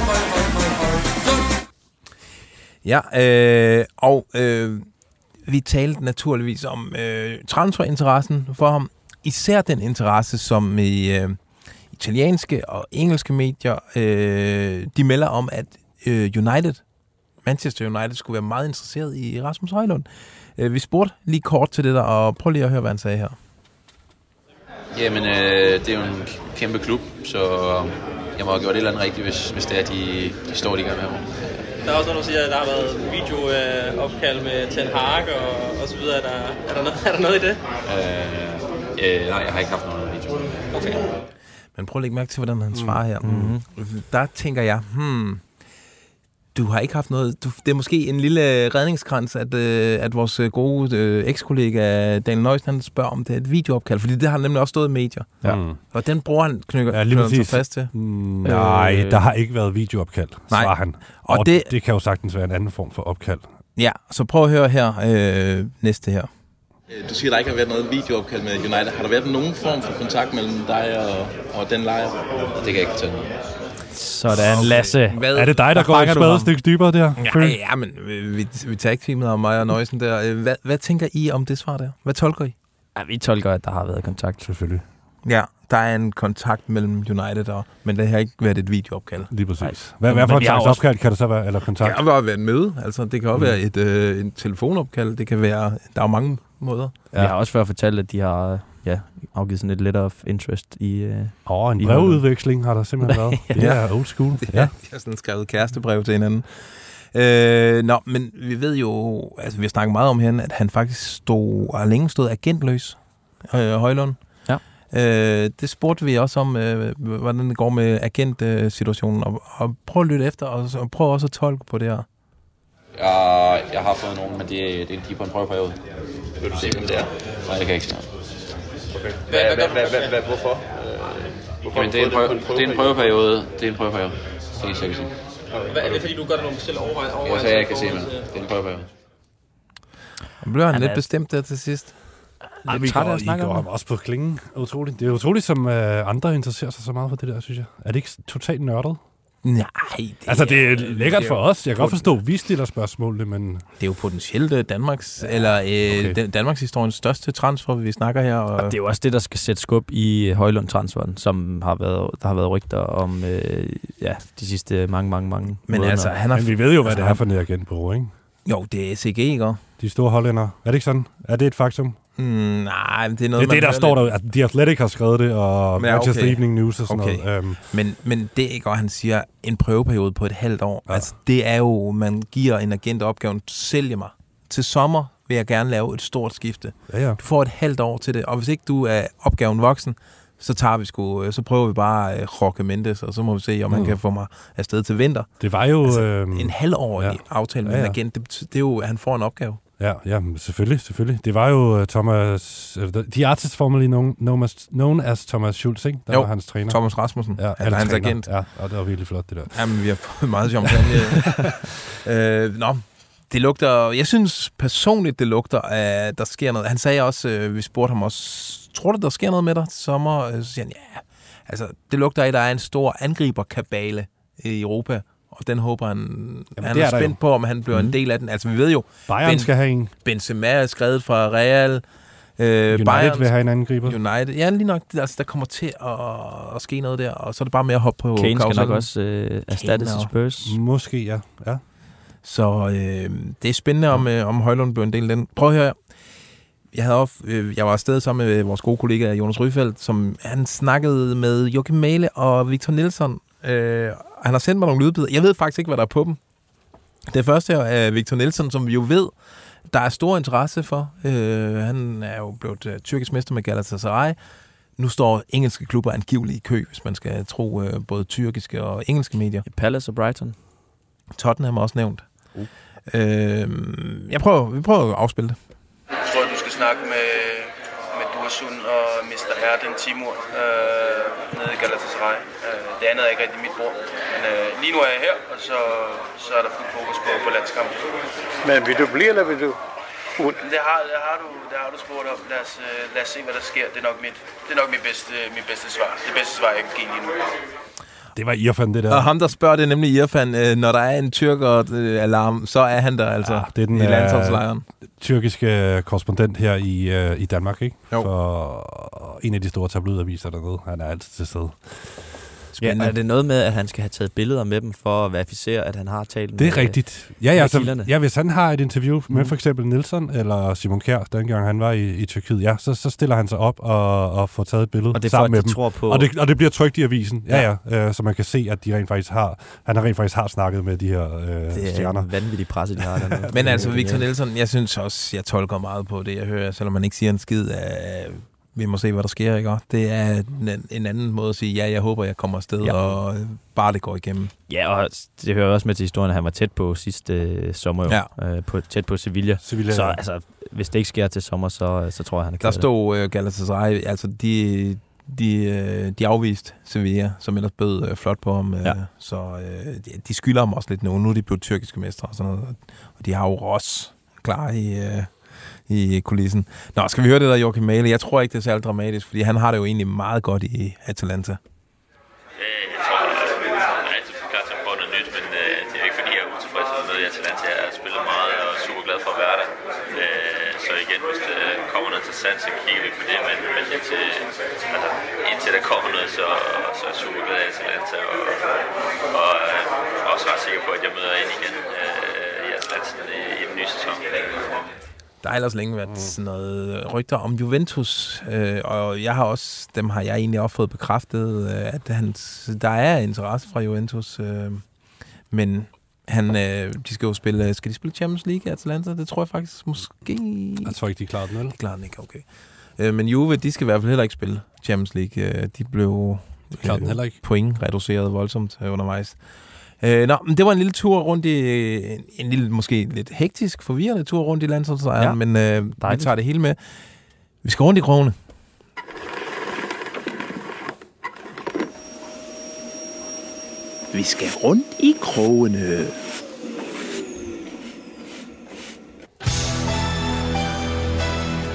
Ja, vi talte naturligvis om transferinteressen for ham. Især den interesse, som i italienske og engelske medier, de melder om, at Manchester United skulle være meget interesseret i Rasmus Højlund. Vi spurgte lige kort til det der, og prøv lige at høre, hvad han sagde her. Jamen, det er jo en kæmpe klub, så jeg må have gjort et eller andet rigtigt, hvis det er, de står de gerne med ham. Der er også noget, der siger, at der har været videoopkald med Ten Hag og så videre. Er der noget i det? Nej, jeg har ikke haft noget video. Okay. Men prøv at lægge mærke til, hvordan han svarer her. Der tænker jeg, du har ikke haft noget... Det er måske en lille redningskrans, at vores gode ekskollega Daniel Nøjsen, han spørger, om det er et videoopkald, fordi det har han nemlig også stået i medier. Ja. Og den bruger han knytter sig fast til. Nej, der har ikke været videoopkald, svarer han. Og det kan jo sagtens være en anden form for opkald. Ja, så prøv at høre her næste her. Du siger, der ikke har været noget videoopkald med United. Har der været nogen form for kontakt mellem dig og den lejr? Det kan jeg ikke fortælle. Sådan, Lasse. Er det dig, der går et spadestik dybere der? Ja, men vi tager ikke teamet om mig og Nøjsen der. Hvad tænker I om det svar der? Hvad tolker I? Ja, vi tolker, at der har været kontakt. Selvfølgelig. Ja, der er en kontakt mellem United men det har ikke været et videoopkald. Lige præcis. Hvad for en slags opkald kan det så være, eller kontakt? Det kan bare være et møde. Altså, det kan også være et telefonopkald. Det kan være... Der er mange måder. Ja. Jeg har også før fortalt, at de har afgivet sådan et letter of interest i... en brevudveksling har der simpelthen været. Det er old school. De har sådan skrevet kærestebrev til hinanden. Men vi ved jo... Altså, vi har snakket meget om hende, at han faktisk har længe stået agentløs. Højlund. Ja. Det spurgte vi også om, hvordan det går med agentsituationen. Og prøv at lytte efter, og prøv også at tolke på det her. Jeg har fået nogen, men de er på en prøveperiode. Vil du se, hvem det er? Nej, jeg kan ikke sige. Okay. Hvorfor? Jamen, det er en prøveperiode. Det er en prøveperiode. Det er sikkert. Er det fordi, du gør der nogle bestillet overvejelser? Jeg sagde, jeg kan se, men det er en prøveperiode. Bliver han lidt bestemt der til sidst? Vi går ham også på klingen. Utroligt. Det er utroligt, som andre interesserer sig så meget for det der, synes jeg. Er det ikke totalt nørdet? Nej. Det er lækkert for os. Jeg kan godt forstå, at vi stiller spørgsmålene, men... Det er jo potentielt Danmarks historiens største transfer, vi snakker her. Og det er jo også det, der skal sætte skub i Højlund-transferen, som der har været rygter om de sidste mange Men måneder. altså, Men vi ved jo, hvad det er for en agentbureau, ikke? Jo, det er SCG, ikke? De store hollændere. Er det ikke sådan? Er det et faktum? Nej, det er noget, det er det, der står der, at The Athletic har skrevet det, og Manchester Evening News og sådan noget. Men det er ikke, han siger, en prøveperiode på et halvt år. Ja. Altså, det er jo, man giver en agent opgaven, sælge mig. Til sommer vil jeg gerne lave et stort skifte. Ja. Du får et halvt år til det, og hvis ikke du er opgaven voksen, så prøver vi bare Jorge Mendes, og så må vi se, om han kan få mig afsted til vinter. Det var jo... en halvårig aftale med en agent, det er jo, at han får en opgave. Ja, selvfølgelig. Det var jo Thomas... The artist formerly known as Thomas Schultz, ikke? Der var hans træner. Thomas Rasmussen. Ja, eller hans agent. Ja, og det var virkelig flot, det der. Jamen, vi har fået meget champagne. Det lugter... Jeg synes personligt, det lugter, at der sker noget. Han sagde også, vi spurgte ham også, tror du, der sker noget med dig til sommer? Så siger han, ja. Altså, det lugter af, at der er en stor angriberkabale i Europa. Og den håber han er spændt på, om han bliver en del af den. Altså, vi ved jo... Bayern skal have en. Benzema er skrevet fra Real. United Bayern vil have en angriber. United. Ja, lige nok. Altså, der kommer til at ske noget der. Og så er det bare med at hoppe på... Kane skal nok også erstattes i Spurs. Måske, ja. Så det er spændende, om Højlund bliver en del af den. Prøv at høre. Jeg var afsted sammen med vores gode kollega Jonas Ryfeldt, som han snakkede med Joachim Mæhle og Victor Nilsson. Han har sendt mig nogle lydbidder. Jeg ved faktisk ikke, hvad der er på dem. Det første er Victor Nilsson, som vi jo ved, der er stor interesse for. Han er jo blevet tyrkisk mester med Galatasaray. Nu står engelske klubber angiveligt i kø, hvis man skal tro både tyrkiske og engelske medier. Palace og Brighton. Tottenham er også nævnt. Vi prøver at afspille det. Jeg tror, du skal snakke med Dursun og Mr. Erdin Timur nede i Galatasaray. Det andet er ikke rigtig mit bord. Men lige nu er jeg her, og så er der fuld fokus på landskampen. Men vil du blive, eller vil du? Det har du spurgt om. Lad os se, hvad der sker. Det er nok mit bedste svar. Det bedste svar, jeg kan give lige nu. Det var Irfan, det der. Og ham, der spørger, det er nemlig Irfan. Når der er en tyrker-alarm, så er han der altså det er den, i landsholdslejren. Tyrkiske korrespondent her i Danmark, ikke? Jo. For en af de store tabloidaviser dernede. Han er altid til stede. Ja, er det noget med, at han skal have taget billeder med dem for at verificere, at han har talt med? Det er rigtigt. Ja, hvis han har et interview med for eksempel Nielsen eller Simon Kjær, dengang han var i Tyrkiet, så stiller han sig op og får taget et billede og det sammen med dem. Tror på. Og det bliver trykt i avisen. Så man kan se, at han rent faktisk har snakket med de her stjerner. Det er vanvittigt presse, de har dernede. Men altså, Victor Nielsen, jeg synes også, jeg tolker meget på det, jeg hører, selvom man ikke siger en skid af... Vi må se, hvad der sker, ikke? Det er en anden måde at sige, ja, jeg håber, jeg kommer afsted, og bare det går igennem. Ja, og det hører også med til historien, at han var tæt på sidste sommer, tæt på Sevilla. Så altså, hvis det ikke sker til sommer, så tror jeg, han er klar. Der stod Galatasaray, altså de afviste Sevilla, som ellers bød flot på ham. Så de skylder ham også lidt nu. Nu er de blevet tyrkiske mestre og sådan noget. Og de har jo Ross klar i kulissen. Nå, skal vi høre det der Joachim Mæhle? Jeg tror ikke, det er særlig dramatisk, fordi han har det jo egentlig meget godt i Atalanta. Jeg tror, jeg er altid klar til at prøve noget nyt, men det er ikke fordi, jeg er utilfreds med noget i Atalanta. Jeg har spillet meget og er super glad for at være der. Så igen, hvis der kommer noget interessant, så kigger vi på det, men indtil der kommer noget, så er jeg super glad i Atalanta, og også ret sikker på, at jeg møder ind igen i Atalanta i den nye sæson. Der har ellers længe været sådan noget rygter om Juventus, og dem har jeg egentlig også fået bekræftet, at der er interesse fra Juventus, men de skal jo spille Champions League i Atalanta? Det tror jeg faktisk måske... Jeg tror ikke, de klarer den, eller? De klarer den ikke, okay. Men Juve, de skal i hvert fald heller ikke spille Champions League. De blev point reduceret voldsomt undervejs. Men det var en lille tur rundt en lille, måske lidt hektisk, forvirrende tur rundt i landsholdslejren, men vi tager det hele med. Vi skal rundt i krogene. Vi skal rundt i krogene.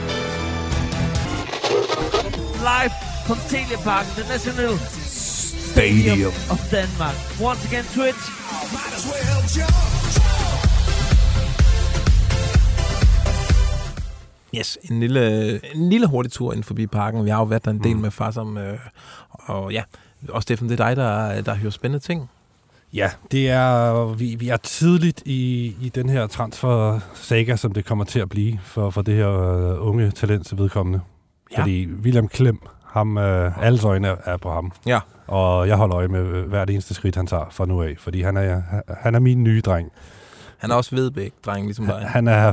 Live from Teleparken, the National Stadium of Denmark. Once again, Twitch. Yes, en lille hurtig tur ind forbi parken. Vi har jo været der en del med Farsam, og ja, også Steffen, det er dig, der hører spændende ting. Ja, det er, vi er tidligt i den her transfer-saga, som det kommer til at blive for det her unge talents vedkommende. Ja. Fordi William Klem, alles øjne er på ham. Ja. Og jeg holder øje med hvert eneste skridt, han tager fra nu af, fordi han er min nye dreng. Han er også Vedbæk-dreng, ligesom dig.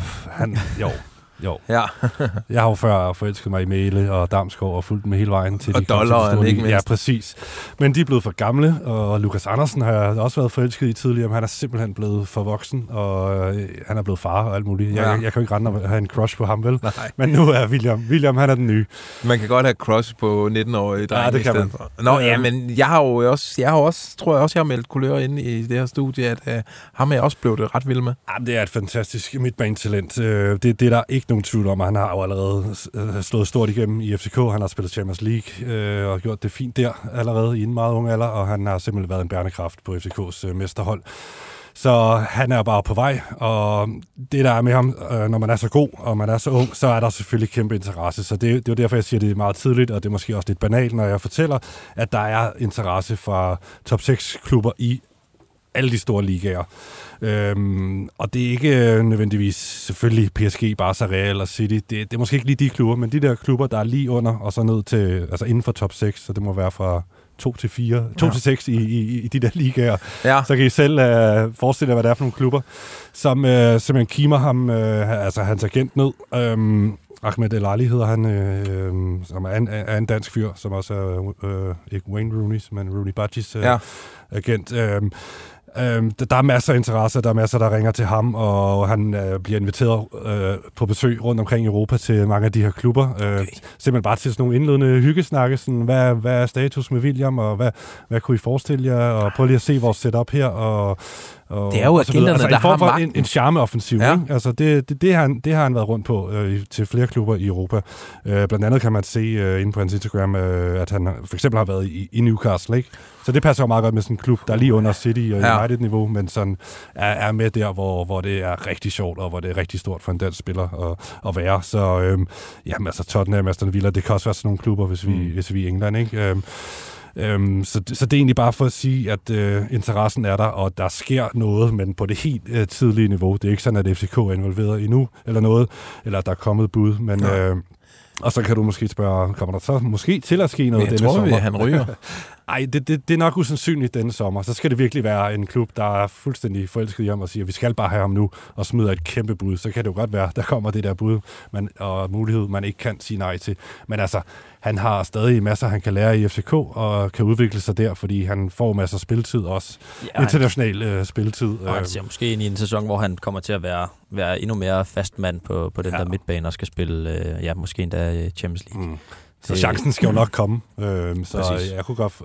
Jo. Ja. Jeg har jo før forelsket mig i Mæle og Damsgaard og fulgt med hele vejen til og dollaren, ikke mindst. Ja, præcis. Men de er blevet for gamle, og Lukas Andersen har jeg også været forelsket i tidligere, men han er simpelthen blevet for voksen, og han er blevet far og alt muligt. Jeg kan jo ikke rende og have en crush på ham, vel? Nej. Men nu er William, han er den nye. Man kan godt have crush på 19-årige drenge. Ja, det kan man. Nå, ja, men jeg har også, tror jeg har meldt kulør inde i det her studie, at ham er jeg også blevet ret vild med. Ja, det er et fantastisk midtbanetalent. Det er der ikke nogen tvivl om, han har jo allerede slået stort igennem i FCK. Han har spillet Champions League og gjort det fint der allerede i en meget ung alder, og han har simpelthen været en bærende kraft på FCKs mesterhold. Så han er bare på vej, og det der er med ham, når man er så god, og man er så ung, så er der selvfølgelig kæmpe interesse. Så det er jo derfor, jeg siger, det er meget tidligt, og det er måske også lidt banalt, når jeg fortæller, at der er interesse fra top 6-klubber i alle de store ligaer. Og det er ikke nødvendigvis selvfølgelig PSG, Barca, Real og City. Det er måske ikke lige de klubber, men de der klubber, der er lige under og så ned til, altså inden for top 6, så det må være fra 2 til 4, 2 til 6 i de der ligaer. Ja. Så kan I selv forestille jer, hvad det er for nogle klubber, som simpelthen kimer ham, altså hans agent ned. Ahmed El Ali hedder han, som er en dansk fyr, som også er ikke Wayne Rooney's, men Rooney Badgis agent. Der er masser af interesse, der er masser, der ringer til ham, og han bliver inviteret på besøg rundt omkring i Europa til mange af de her klubber. Okay. Simpelthen bare til sådan nogle indledende hyggesnakke, sådan, hvad er status med William, og hvad kunne I forestille jer, og prøv lige at se vores setup her, og det er jo agenterne, altså, der har magten. En charmeoffensiv, ja. Ikke? Altså, det har han været rundt på til flere klubber i Europa. Blandt andet kan man se inde på hans Instagram, at han for eksempel har været i Newcastle, ikke? Så det passer jo meget godt med sådan en klub, der er lige under City og United-niveau, men sådan er med der, hvor det er rigtig sjovt, og hvor det er rigtig stort for en dansk spiller at være. Så jamen, altså Tottenham, Aston Villa, det kan også være sådan nogle klubber, hvis vi er i England, ikke? Så det er egentlig bare for at sige, at interessen er der, og der sker noget, men på det helt tidlige niveau. Det er ikke sådan, at FCK er involveret endnu, eller noget, eller der er kommet bud, men... Og så kan du måske spørge, kommer der så måske til at ske noget denne sommer? Jeg tror, han ryger. Ej, det er nok usandsynligt denne sommer. Så skal det virkelig være en klub, der er fuldstændig forelsket i ham og siger, vi skal bare have ham nu, og smider et kæmpe bud. Så kan det jo godt være, der kommer det der bud og mulighed, man ikke kan sige nej til. Men altså, han har stadig masser, han kan lære i FCK og kan udvikle sig der, fordi han får masser af spilletid også. Ja, international spilletid. Og han ser måske ind i en sæson, hvor han kommer til at være endnu mere fast mand på den der midtbane og skal spille, måske endda Champions League. Så chancen skal jo nok komme. Så jeg kunne godt...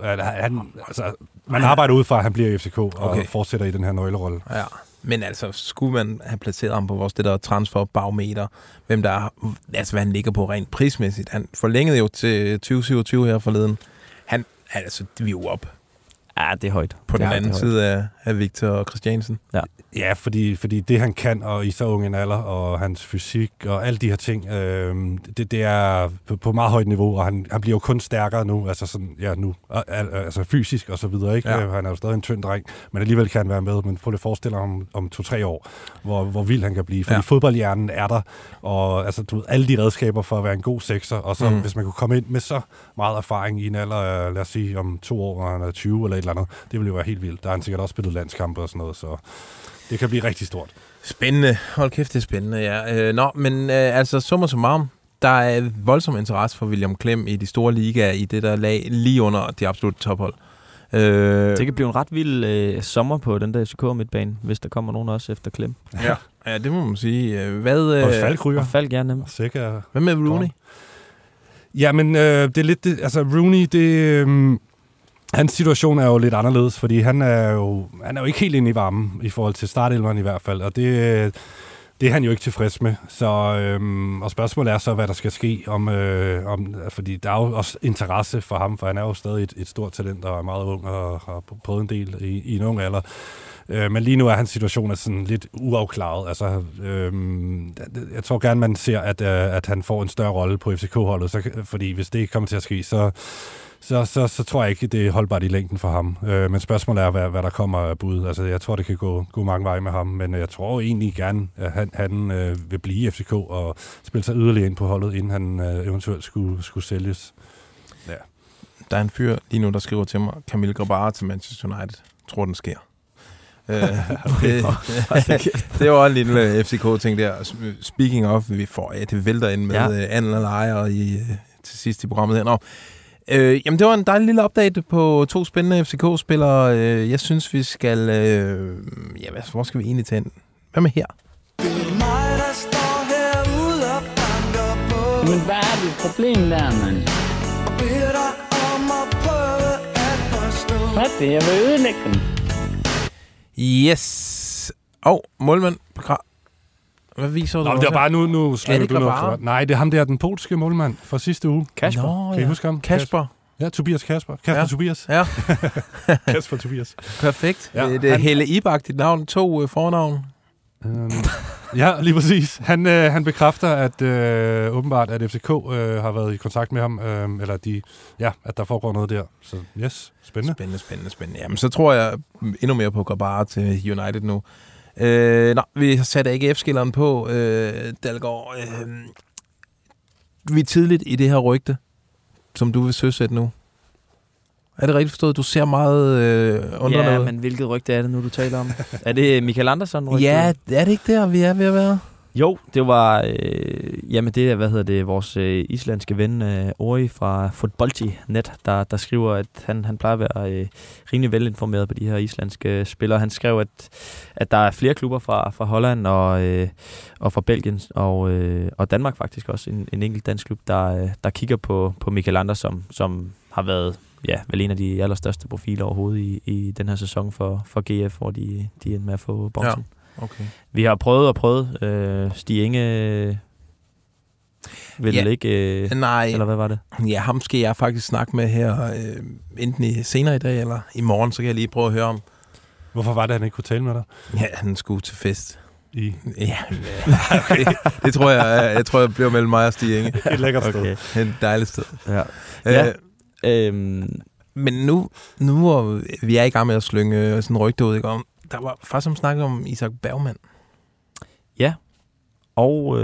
man arbejder ud fra, at han bliver i FCK og fortsætter i den her nøglerolle. Ja. Men altså, skulle man have placeret ham på vores det der transferbarometer, hvem der er, altså hvad han ligger på rent prismæssigt. Han forlængede jo til 2027 her forleden. Vi er jo op. Ja, det er højt. På den anden side af Victor Christiansen. Ja, fordi det han kan, og i så unge en alder, og hans fysik, og alle de her ting, det er på meget højt niveau, og han bliver jo kun stærkere nu, altså sådan, altså fysisk og så videre, ikke? Ja. Han er jo stadig en tynd dreng, men alligevel kan han være med, men prøv at forestille om 2-3 år, hvor vild han kan blive, fordi fodboldhjernen er der, og altså, du ved, alle de redskaber for at være en god sekser, og så hvis man kunne komme ind med så meget erfaring i en alder, lad os sige om 2 år, når han er 20 eller et eller andet, det ville jo være helt vildt. Der har han sikkert også spillet landskampe og sådan noget, så det kan blive rigtig stort. Spændende. Hold kæft, det er spændende, ja. Men altså, summa summarum, der er voldsom interesse for William Klem i de store ligaer, i det der lag lige under de absolutte tophold. Det kan blive en ret vild sommer på den der FCK-midtbane, hvis der kommer nogen også efter Klem. Ja, det må man sige. Og Falk ryger. Og Falk, ja, nemt. Hvad med Rooney? Jamen, det er lidt... Altså, Rooney, hans situation er jo lidt anderledes, fordi han er jo ikke helt inde i varmen i forhold til startelveren i hvert fald, og det Det er han jo ikke tilfreds med. Så, og spørgsmålet er så, hvad der skal ske, fordi der er jo også interesse for ham, for han er jo stadig et stort talent og er meget ung og har prøvet en del i en ung alder. Men lige nu er hans situation sådan lidt uafklaret. Altså, jeg tror gerne, man ser, at han får en større rolle på FCK-holdet, fordi hvis det ikke kommer til at ske, så tror jeg ikke, det er holdbart i længden for ham. Men spørgsmålet er, hvad der kommer af bud. Altså, jeg tror, det kan gå mange veje med ham, men jeg tror egentlig gerne, at han vil blive i FCK og spille sig yderligere ind på holdet, inden han eventuelt skulle sælges. Ja. Der er en fyr lige nu, der skriver til mig, Kamil Grabara til Manchester United. Tror, den sker. Det var en lille FCK-ting der. Speaking of, det vælter ind med Andel og Lejer til sidst i programmet her. Nå. Jamen, det var en dejlig lille update på 2 spændende FCK-spillere. Jeg synes, vi skal... hvor skal vi egentlig tage ind? Hvad med her? Men hvad er dit problem der, mand? Hvad det? Jeg vil ødelægge dem. Yes. Målmand. Hvad viser du? Det var bare nu slutter du noget. Nej, det er ham der, den polske målmand fra sidste uge. Kasper. Kan I huske ham? Kasper. Ja, Tobias Kasper. Tobias. Ja. Kasper Tobias. Perfekt. Ja, det er Helle Ibak, dit navn. 2 fornavn. Ja, lige præcis. Han bekræfter, at åbenbart, at FCK har været i kontakt med ham, at der foregår noget der. Så yes, spændende. Spændende. Jamen, så tror jeg endnu mere på Grabara til United nu. Vi har sat AGF-skilleren på, Dalgaard. Vi er tidligt i det her rygte, som du vil søsætte nu. Er det rigtigt forstået? Du ser meget undrende ud. Ja, men hvilket rygte er det nu, du taler om? Er det Michael Andersson-rygte? Ja, er det ikke der, vi er ved at være? Jo, det var det er, vores islandske ven Ori fra Fotbolti.net, der skriver, at han plejer at være rimelig velinformeret på de her islandske spillere. Han skrev, at der er flere klubber fra Holland og fra Belgien og Danmark faktisk også, en enkelt dansk klub, der kigger på Michael Andersson, som har været vel en af de allerstørste profiler overhovedet i den her sæson for GF, hvor de endte med at få boksen. Ja, okay. Vi har prøvet. Stig Inge vil ikke... nej. Eller hvad var det? Ja, ham skal jeg faktisk snakke med her enten senere i dag eller i morgen, så kan jeg lige prøve at høre om. Hvorfor var det, han ikke kunne tale med dig? Ja, han skulle til fest. Ja, okay. Det tror jeg bliver mellem mig og Stig Inge. Et lækkert sted. Okay. Et dejligt sted. Ja. Men nu hvor vi er i gang med at slynge sådan en rygte ud, ikke, om, der var faktisk som snakket om Isak Bergman. Ja, og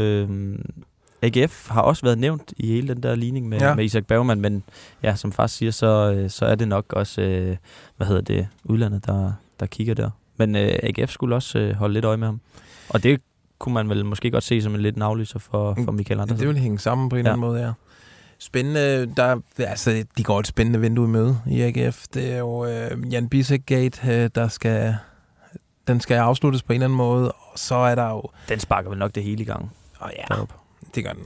AGF har også været nævnt i hele den der ligning med Isak Bergman, men ja, som fast siger, så er det nok også, udlandet, der kigger der. Men AGF skulle også holde lidt øje med ham. Og det kunne man vel måske godt se som en lidt navlyser for Michael Andersen. Det vil hænge sammen på en eller anden måde, ja. Spændende. De går et spændende vindue i møde i AGF. Det er jo Jan Bisek-gate, den skal afsluttes på en eller anden måde. Og så er der jo... Den sparker vel nok det hele i gang. Ja, det gør den.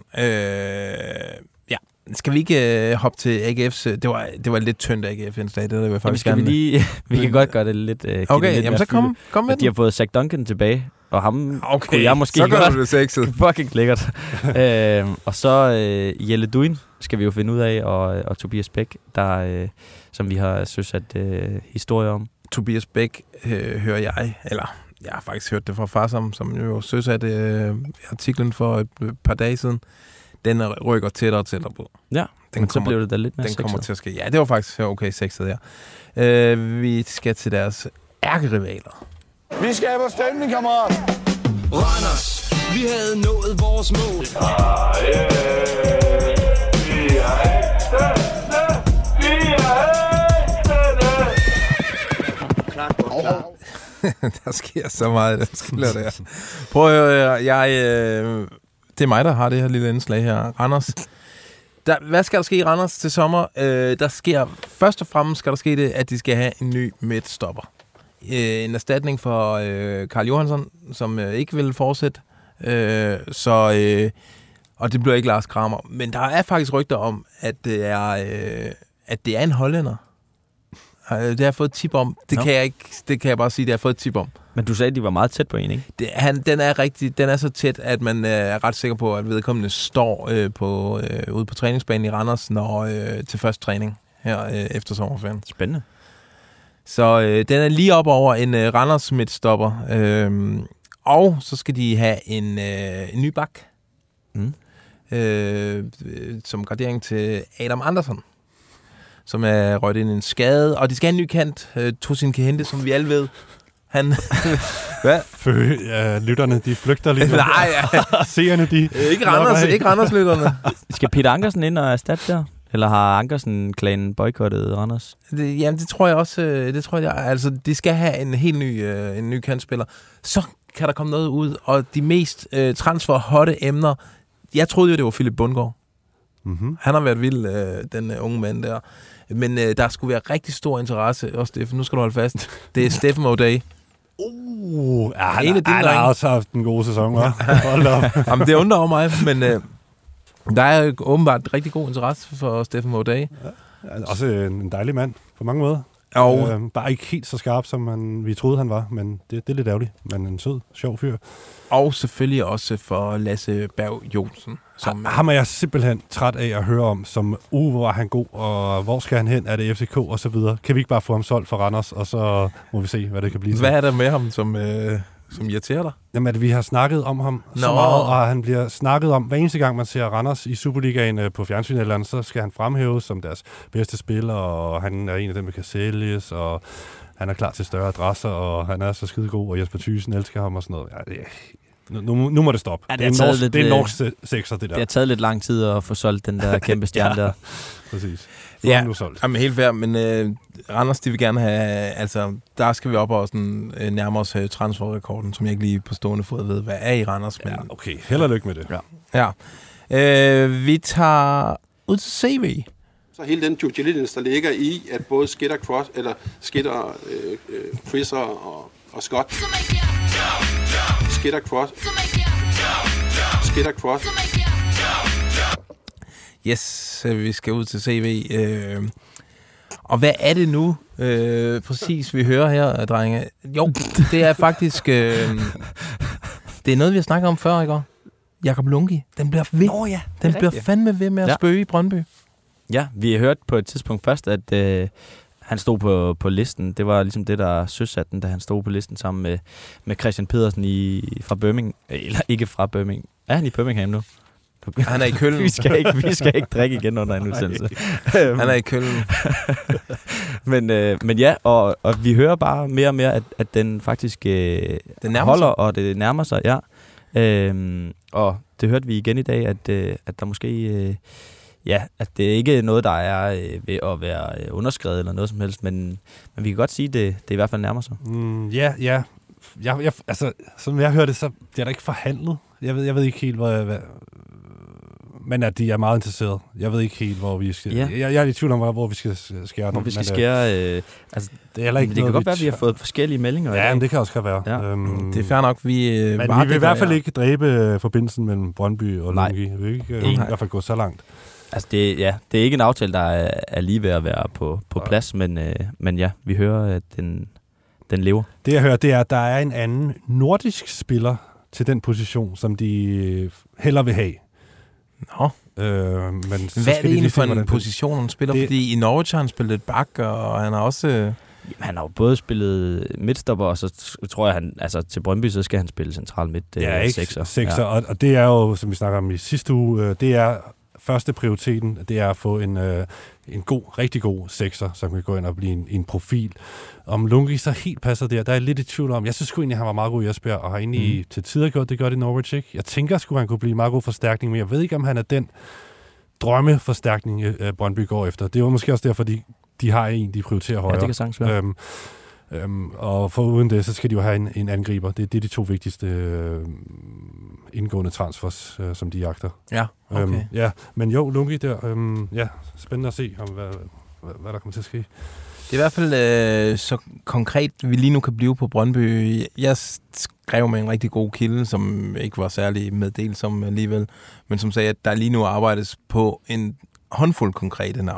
Skal vi ikke hoppe til AGF's... Det var lidt tyndt AGF-indslag. Det vil jeg faktisk gerne... Vi kan godt gøre det lidt... Okay, jamen så kom med den. De har fået Zach Duncan tilbage, og ham kunne jeg måske så gør du det sexet. Fucking lækkert. Og så Jelle Duin skal vi jo finde ud af, og Tobias Bæk, som vi har søsat historie om. Tobias Bæk hører jeg, eller jeg har faktisk hørt det fra far, som jo søsatte artiklen for et par dage siden. Den rykker tættere og tættere på. Ja, så blev det da lidt mere sexet. Den kommer til at ske. Ja, det var faktisk okay sexet, ja. Vi skal til deres ærkerivaler. Vi skaber stemning, kammerat. Randers, vi havde nået vores mål. Der sker så meget, der skiller der. Prøv at høre, det er mig, der har det her lille indslag her. Randers. Hvad skal der ske i Randers til sommer? Der sker, først og fremmest skal der ske det, at de skal have en ny midtstopper. En erstatning for Karl Johansson, som ikke vil fortsætte. Og det bliver ikke Lars Kramer. Men der er faktisk rygter om, at det er en hollænder. Det har jeg fået et tip om. Det kan jeg bare sige, det har jeg fået et tip om. Men du sagde, at de var meget tæt på en, ikke? Den er så tæt, at man er ret sikker på, at vedkommende står ude på træningsbanen i Randers, når til første træning her efter sommerferien. Spændende. Så den er lige op over en Randers midtstopper. Og så skal de have en ny bak. Som gradering til Adam Andersson, som er røget ind i en skade. Og de skal have en ny kant, Tosin Kehinde, som vi alle ved. Han... Hvad? Lytterne, de flygter lige nu. Nej, seerne, de... Ikke Randers-lytterne. Skal Peter Ankersen ind og erstatte der? Eller har Ankersen-klanen boykottet Randers? Jamen, det tror jeg også. Altså, de skal have en helt ny kantspiller. Så kan der komme noget ud. Og de mest transferhotte emner... Jeg troede jo, det var Philip Bundgaard. Mm-hmm. Han har været vild, den unge mand der. Men der skulle være rigtig stor interesse. Også Steffen, nu skal du holde fast. Det er Steffen O'Day. Han har også haft en god sæson, hva'? Hold op. Jamen, det undrer over mig, men der er åbenbart rigtig god interesse for Steffen O'Day. Ja, også en dejlig mand på mange måder. Bare ikke helt så skarp, som vi troede, han var, men det er lidt ærgerligt. Men en sød, sjov fyr. Og selvfølgelig også for Lasse Berg Jonsen. Ham er jeg simpelthen træt af at høre om, som hvor er han god, og hvor skal han hen, er det FCK og så videre. Kan vi ikke bare få ham solgt for Randers, og så må vi se, hvad det kan blive. Hvad er der med ham, som irriterer dig? Jamen, at vi har snakket om ham så meget, og han bliver snakket om, hver eneste gang man ser Randers i Superligaen på fjernsyn eller andet, så skal han fremhæves som deres bedste spiller, og han er en af dem, der kan sælges, og han er klar til større adresser, og han er så skidegod, og Jesper Thyssen elsker ham og sådan noget. Ja, nu må det stoppe. Ja, det er en norsk sekser, det der. Det har taget lidt lang tid at få solgt den der kæmpe stjerne der. Præcis. Ja, jamen helt fair, men Randers, de vil gerne have, altså, der skal vi op og sådan, nærme os transferrekorden, som jeg ikke lige på stående fod ved, hvad er i Randers. Men... Ja, okay. Held og lykke med det. Ja. Vi tager ud til CV. Så hele den due diligence, der ligger i, at både Skitter, Frisser og Scott. Skitter, Cross. Yes, vi skal ud til CV. Og hvad er det nu præcis, vi hører her, drenge? Jo, det er faktisk... det er noget, vi har snakket om før, ikke? Jakob Lungi. Den bliver ved. Den bliver fandme ved med at spøge i Brøndby. Ja, vi har hørt på et tidspunkt først, at han stod på listen. Det var ligesom det, der søsatte den, da han stod på listen sammen med Christian Pedersen fra Birmingham. Eller ikke fra Birmingham. Er han i Birmingham nu? Han er i Køln. vi skal ikke drikke igen under en udsendelse. Han er i Køln. men ja, og vi hører bare mere og mere, at den faktisk den holder, og det nærmer sig, ja. Og det hørte vi igen i dag, at der måske... at det ikke er noget, der er ved at være underskrevet eller noget som helst, men vi kan godt sige, at det i hvert fald nærmer sig. Ja. Altså, som jeg hørte, så bliver der ikke forhandlet. Jeg ved ikke helt, hvad men at de er meget interesserede. Jeg ved ikke helt, hvor vi skal... Ja. Jeg er i tvivl om, hvor vi skal skære. Hvor vi skal skære... altså, det er ikke det kan godt være, at vi har fået forskellige meldinger. Ja, men det kan også godt være. Ja. Det er fair nok, men vi vil i hvert fald ikke dræbe forbindelsen mellem Brøndby og Lungi. Vi vil ikke i hvert fald gå så langt. Altså, det er ikke en aftale, der er lige ved at være på plads, men ja, vi hører, at den lever. Det jeg hører, det er, at der er en anden nordisk spiller til den position, som de hellere vil have. Nå. Men hvad er det egentlig for en position, han spiller? Fordi i Norwich har han spillet et bak, og han har også... Han har jo både spillet midtstopper, og så tror jeg, til Brøndby, så skal han spille central midt sekser. Og det er jo, som vi snakker om i sidste uge, det er første prioriteten, det er at få en rigtig god sekser, som kan gå ind og blive en profil. Om Lungi så helt passer der er lidt i tvivl om. Jeg synes sgu egentlig, han var meget god i Esbjerg, og har egentlig til tider gjort det godt i Norwich, ikke? Jeg tænker sgu, han kunne blive en meget god forstærkning, men jeg ved ikke, om han er den drømmeforstærkning, Brøndby går efter. Det var måske også derfor, de har en, de prioriterer højere. Ja, det kan sagtens være. Og for uden det, så skal de jo have en angriber. Det er de to vigtigste indgående transfers, som de jagter. Ja, okay. Men jo, Lungi der, spændende at se, om hvad der kommer til at ske. Det er i hvert fald så konkret, vi lige nu kan blive på Brøndby. Jeg skrev med en rigtig god kilde, som ikke var særlig meddelsom alligevel, men som sagde, at der lige nu arbejdes på en håndfuld konkrete navne.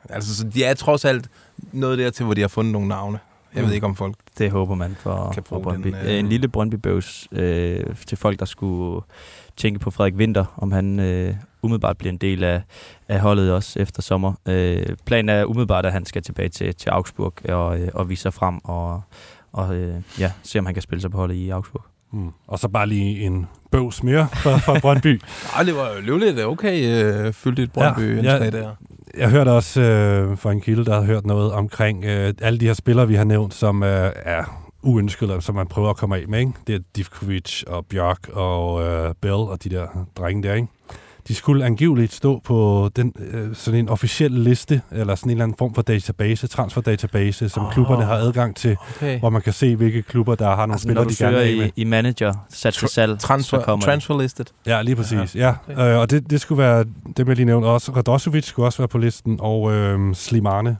Altså, så de er trods alt noget der til, hvor de har fundet nogle navne. Jeg ved ikke, om folk... Det håber man for Brøndby. En lille Brøndby-bøvs til folk, der skulle tænke på Frederik Winther, om han umiddelbart bliver en del af holdet også efter sommer. Planen er umiddelbart, at han skal tilbage til Augsburg og vise sig frem og se, om han kan spille sig på holdet i Augsburg. Og så bare lige en bøvs mere for Brøndby. Nej, det var jo lidt okay fyldt et Brøndby-indslag der. Jeg hørte også fra en kilde, der har hørt noget omkring alle de her spillere, vi har nævnt, som er uønskede, som man prøver at komme af med. Ikke? Det er Divkovic og Bjørk og Bell og de der drenge der, ikke? De skulle angiveligt stå på den, sådan en officiel liste, eller sådan en eller anden form for database, transferdatabase, som klubberne har adgang til, hvor man kan se, hvilke klubber, der har nogle spillere, de gerne vil have med. I manager, sat til salg, transferlistet. Ja, lige præcis. Ja. Og det skulle være, det vil jeg lige nævne også, Radosovic skulle også være på listen, og Slimane.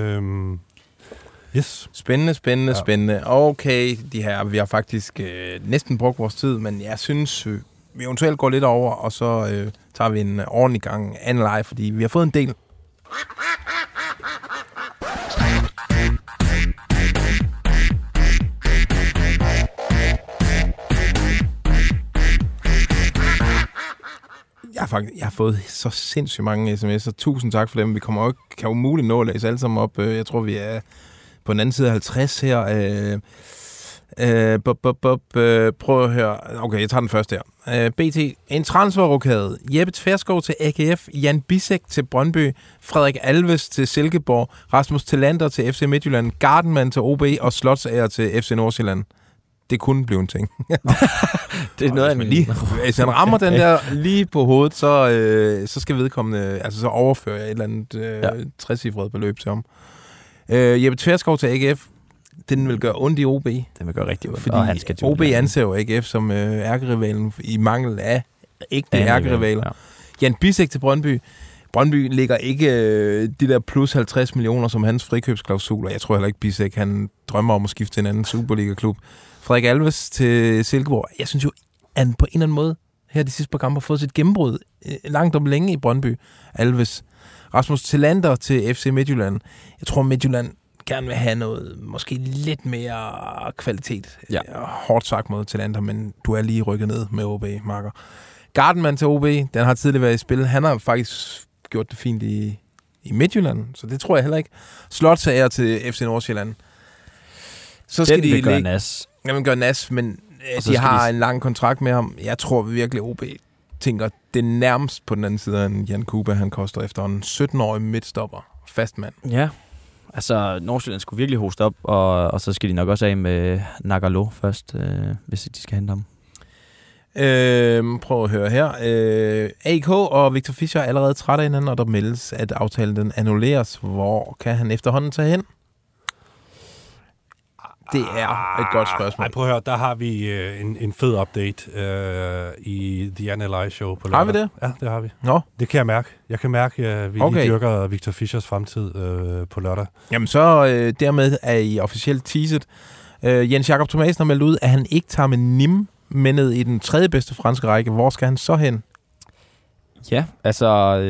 Yes. Spændende. Okay, vi har faktisk næsten brugt vores tid, men jeg synes, vi eventuelt går lidt over, og så tager vi en ordentlig gang anden live, fordi vi har fået en del. Jeg har fået så sindssygt mange sms'er. Tusind tak for dem. Vi kan jo umuligt nå at læse alle sammen op. Jeg tror, vi er på den anden side af 50 her. Prøv at høre. Okay, jeg tager den første her. BT. En transferrokade. Jeppe Tverskov til AGF. Jan Bisek til Brøndby. Frederik Alves til Silkeborg. Rasmus Thelander til FC Midtjylland. Gardenman til OB. Og Slotsager til FC Nordsjælland. Det kunne blive en ting. Det er noget af hvis han rammer den der lige på hovedet, så skal vedkommende, altså så overfører jeg et eller andet 60-cifret beløb til ham. Jeppe Tverskov til AGF. Den vil gøre ondt i OB. Den vil gøre rigtig ondt. Fordi han skal OB anser jo AGF som ærkerivalen i mangel af ægte ærkerivaler. Ja. Jan Bisek til Brøndby. Brøndby ligger ikke de der plus 50 millioner som hans frikøbsklausuler. Jeg tror heller ikke, Bisek han drømmer om at skifte til en anden Superliga-klub. Frederik Alves til Silkeborg. Jeg synes jo, han på en eller anden måde her de sidste par kampe har fået sit gennembrud langt om længe i Brøndby. Alves. Rasmus Thelander til FC Midtjylland. Jeg tror, Midtjylland gerne vil have noget, måske lidt mere kvalitet. Ja. Hårdt sagt mod Thelander, men du er lige rykket ned med OB, Marker. Gardenman til OB, den har tidligere været i spil. Han har faktisk gjort det fint i Midtjylland, så det tror jeg heller ikke. Slotsager til FC Nordsjælland. Så skal de gøre nas. Jamen gør nas, men de har en lang kontrakt med ham. Jeg tror virkelig, OB tænker, det er nærmest på den anden side af en Jan Kuba, han koster efter en 17-årig midtstopper. Fastmand. Ja. Altså, Nordsjælland skulle virkelig hoste op, og så skal de nok også af med Nagalo først, hvis de skal hente ham. Prøv at høre her. AK og Victor Fischer er allerede træt af hinanden, og der meldes, at aftalen den annulleres. Hvor kan han efterhånden tage hen? Det er et godt spørgsmål. Prøv at høre, der har vi en fed update i The NLI Show på lørdag. Har vi det? Ja, det har vi. Nå. Det kan jeg mærke. Jeg kan mærke, at vi lige dyrker Victor Fischers fremtid på lørdag. Jamen så dermed er I officielt teaset. Jens Jakob Thomasen har meldt ud, at han ikke tager med Nîmes med ned i den tredje bedste franske række. Hvor skal han så hen? Ja, altså...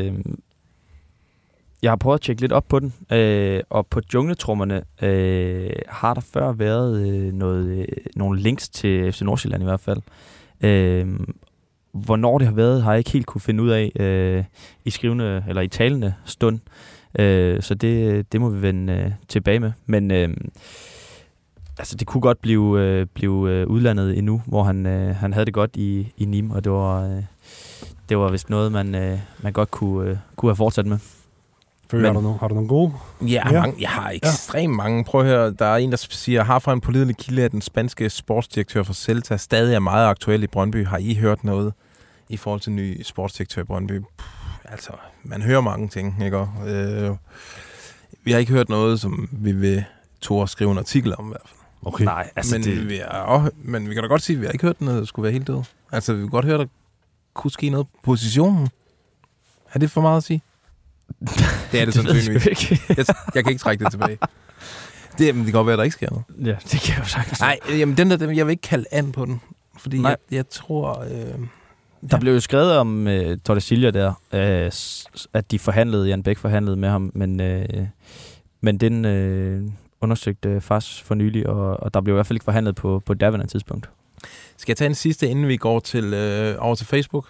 Jeg har prøvet at tjekke lidt op på den, og på jungletrummerne har der før været nogle links til FC Nordsjælland i hvert fald. Hvornår det har været, har jeg ikke helt kunne finde ud af i skrivende eller i talende stund. Så det må vi vende tilbage med. Men altså det kunne godt blive udlandet endnu, hvor han havde det godt i Nîmes, og det var vist noget man godt kunne have fortsat med. Har du nogle gode? Ja, jeg har ekstremt mange. Prøv at høre, der er en, der siger, har fra en pålidelig kilde, at den spanske sportsdirektør for Celta stadig er meget aktuel i Brøndby. Har I hørt noget i forhold til ny sportsdirektør i Brøndby? Altså, man hører mange ting, ikke? Vi har ikke hørt noget, som vi vil turde skrive en artikel om i hvert fald. Okay. Nej, altså men vi kan da godt sige, at vi har ikke hørt noget, der skulle være helt død. Altså, vi kan godt høre, der kunne ske noget på positionen. Er det for meget at sige? Det er det sandsynligvis. Jeg kan ikke trække det tilbage. Det kan godt være, at der ikke sker noget. Ja, det kan jeg jo sagtens. Nej, jamen, jeg vil ikke kalde an på den. Fordi jeg tror... Der blev jo skrevet om Tordesilja der, at de forhandlede, Jan Bæk forhandlede med ham, men den undersøgte FAS for nylig, og der blev i hvert fald ikke forhandlet på daværende tidspunkt. Skal jeg tage en sidste, inden vi går over til Facebook?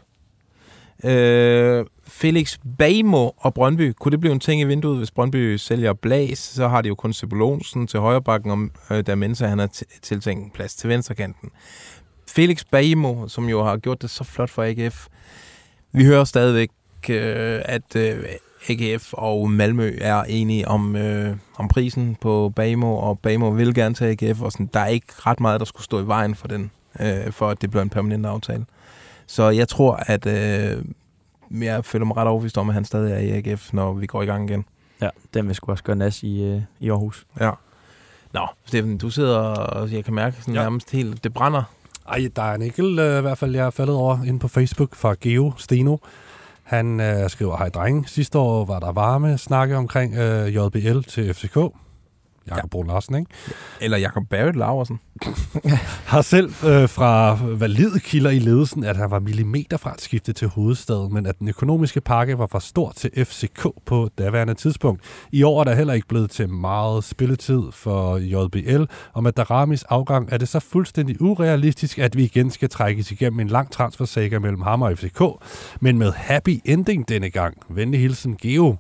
Felix Bejmo og Brøndby. Kunne det blive en ting i vinduet, hvis Brøndby sælger Blas? Så har de jo kun Sebulonsen til højre bakken, der Mensa han har tiltænkt plads til venstrekanten. Felix Bejmo, som jo har gjort det så flot for AGF. Vi hører stadigvæk, at AGF og Malmø er enige om prisen på Bejmo, og Bejmo vil gerne tage AGF, og sådan, der er ikke ret meget, der skulle stå i vejen for den, for at det bliver en permanent aftale. Så jeg tror, at jeg føler mig ret overbevist om, at han stadig er i AGF, når vi går i gang igen. Ja, den vil sgu også gøre nas i Aarhus. Ja. Nå, Steffen, du sidder og jeg kan mærke sådan nærmest helt, det brænder. Ej, der er en enkelt, i hvert fald, jeg er faldet over inde på Facebook fra Geo Steno. Han skriver, hej drenge, sidste år var der varme snakke omkring JBL til FCK. Jakob Brun Larsen, ikke? Eller Jakob Barrett Laursen. Har selv fra valide kilder i ledelsen, at han var millimeter fra at skifte til hovedstaden, men at den økonomiske pakke var for stor til FCK på daværende tidspunkt. I år er der heller ikke blevet til meget spilletid for JBL, og med Daramis afgang er det så fuldstændig urealistisk, at vi igen skal trækkes igennem en lang transfersaga mellem ham og FCK, men med happy ending denne gang. Venlig hilsen, Geo.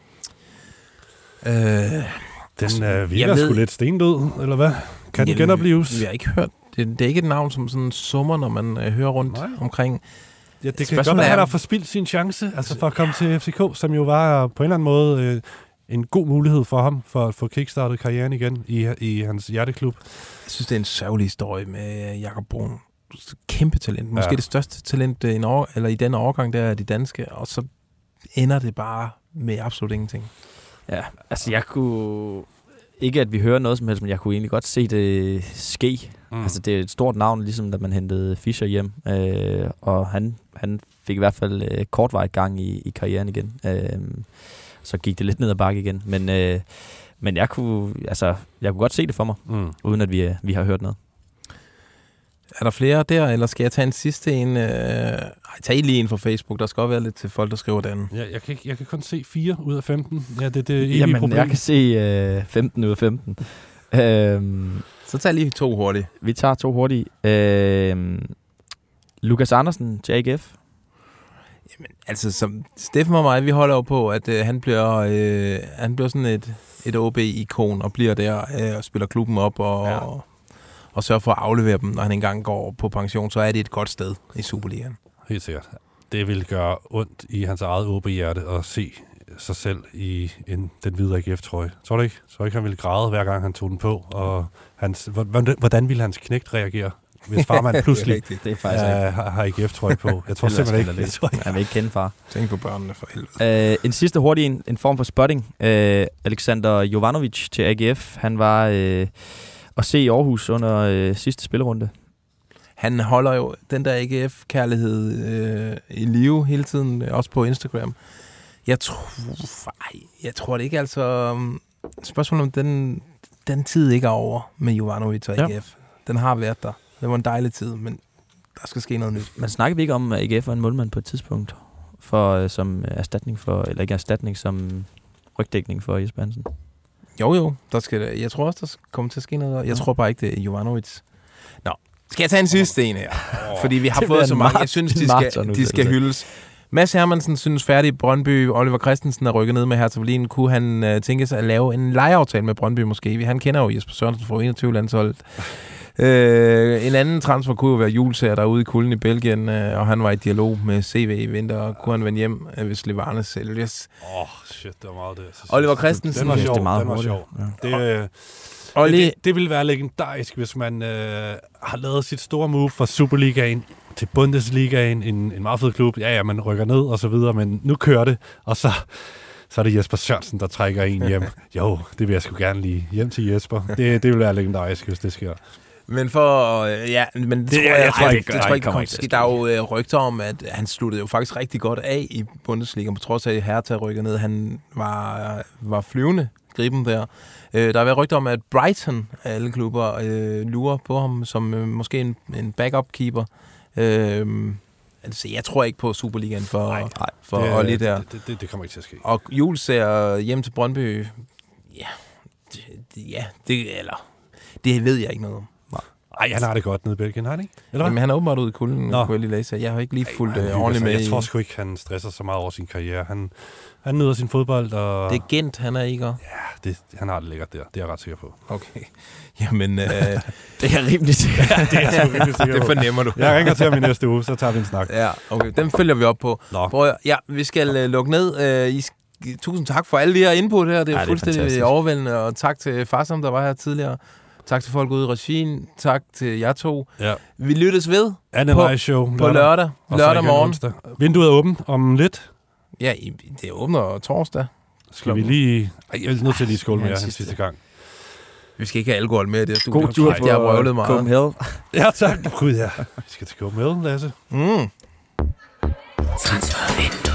Den virker sgu lidt stendød, eller hvad? Kan den genopleves? Vi har ikke hørt. Det er ikke et navn, som sådan summer, når man hører rundt omkring. Ja, det kan godt være, at der får spildt sin chance, altså for at komme til FCK, som jo var på en eller anden måde en god mulighed for ham, for at få kickstartet karrieren igen i hans hjerteklub. Jeg synes, det er en sørgelig historie med Jakob Brun. Kæmpe talent. Måske det største talent i den årgang, der er de danske, og så ender det bare med absolut ingenting. Ja, altså jeg kunne... Ikke at vi hører noget som helst, men jeg kunne egentlig godt se det ske. Altså det er et stort navn, ligesom da man hentede Fischer hjem. Og han fik i hvert fald kortvarigt gang i karrieren igen. Så gik det lidt ned ad bakke igen. Men jeg kunne godt se det for mig, uden at vi har hørt noget. Er der flere der, eller skal jeg tage en sidste en? Tag lige en fra Facebook. Der skal også være lidt til folk, der skriver den. Ja, jeg kan kun se 4 ud af 15. Ja, det er evige problem. Jeg kan se 15 ud af 15. Så tag lige 2 hurtigt. Vi tager 2 hurtigt. Lukas Andersen til AGF. Jamen, altså, som Steffen og mig, vi holder jo på, at han bliver sådan et OB-ikon og bliver der og spiller klubben op og sørger for at aflevere dem, når han engang går på pension, så er det et godt sted i Superligaen. Helt sikkert. Det vil gøre ondt i hans eget OB-hjerte at se sig selv i den hvide AGF-trøje. Tror du ikke? Så ikke han ville græde, hver gang han tog den på, og hvordan ville hans knægt reagere, hvis farmand pludselig har AGF-trøje på? Jeg tror simpelthen ikke. Han vil ikke kende far. Tænk på børnene for helvede. En sidste hurtig en form for spotting. Alexander Jovanovic til AGF. Han var at se i Aarhus under sidste spillerunde. Han holder jo den der AGF-kærlighed i live hele tiden, også på Instagram. Jeg tror det ikke, altså... Spørgsmålet om den tid ikke er over med Jovanovic og AGF. Ja. Den har været der. Det var en dejlig tid, men der skal ske noget nyt. Man snakker vi ikke om, at AGF var en målmand på et tidspunkt som erstatning for, eller ikke erstatning, som rygdækning for Jesper Hansen? Jo. Jeg tror også, der kommer til at ske noget. Jeg tror bare ikke, det er Jovanovic. Nå, skal jeg tage en sidste en her? Fordi vi har fået så mange. Jeg synes, de skal hyldes. Mads Hermansen synes færdig Brøndby. Oliver Christensen er rykket ned med Hertha Berlin. Kunne han tænke sig at lave en lejeaftale med Brøndby måske? Han kender jo Jesper Sørensen fra 21-landsholdet. En anden transfer kunne jo være Julsager, der er ude i kulden i Belgien, og han var i dialog med CV i vinter, og kunne han vende hjem, hvis Livarnes sælges. Shit, det var meget det. Oliver Christensen. Den var sjov. Ja. Det ville være legendarisk, hvis man har lavet sit store move fra Superligaen til Bundesligaen, en meget fed klub. Ja, man rykker ned og så videre, men nu kører det, og så er det Jesper Sørensen, der trækker en hjem. Jo, det vil jeg sgu gerne lige hjem til Jesper. Det vil være legendarisk, hvis det sker. Men det tror jeg ikke kommer til. Der er jo rygter om, at han sluttede jo faktisk rigtig godt af i Bundesliga, på trods af, at Hertha rykker ned. Han var flyvende griben der. Der har været rygter om, at Brighton af alle klubber lurer på ham som måske en backup-keeper. altså, jeg tror ikke på Superligaen for Olli der. Det kommer ikke til at ske. Og Jules ser hjem til Brøndby. Det ved jeg ikke noget om. Nej, han har det godt nede i Belgien, har han ikke? Eller hvad? Jamen, han er åbenbart ude i kulden, kunne jeg lige læse. Jeg har ikke lige fulgt ordentligt med. Jeg tror sgu ikke, han stresser så meget over sin karriere. Han nyder sin fodbold. Og... Det er Gent, han er ikke? Ja, han har det lækkert der. Det er jeg ret sikker på. Okay. Jamen, det er rimelig sikkert. Ja, det er jeg sgu rimelig sikker på. Det fornemmer du. Jeg ringer til ham i næste uge, så tager vi en snak. Ja, okay. Den følger vi op på. Ja, vi skal lukke ned. Tusind tak for alle de her input her. Det er fuldstændig overvældende. Og tak til Farsam, der var her tidligere. Tak til folk ude i regien. Tak til jer to. Ja. Vi lyttes ved på lørdag morgen. Vinduet er åbent om lidt. Ja, det åbner torsdag. Skal vi lige... Jeg er nødt til at lige skåle med jer sidste gang. Vi skal ikke have alkohol med i det studie. God tur på Copenhagen. Ja, tak. Gud, ja. Vi skal til Copenhagen, Lasse. Transfervindue.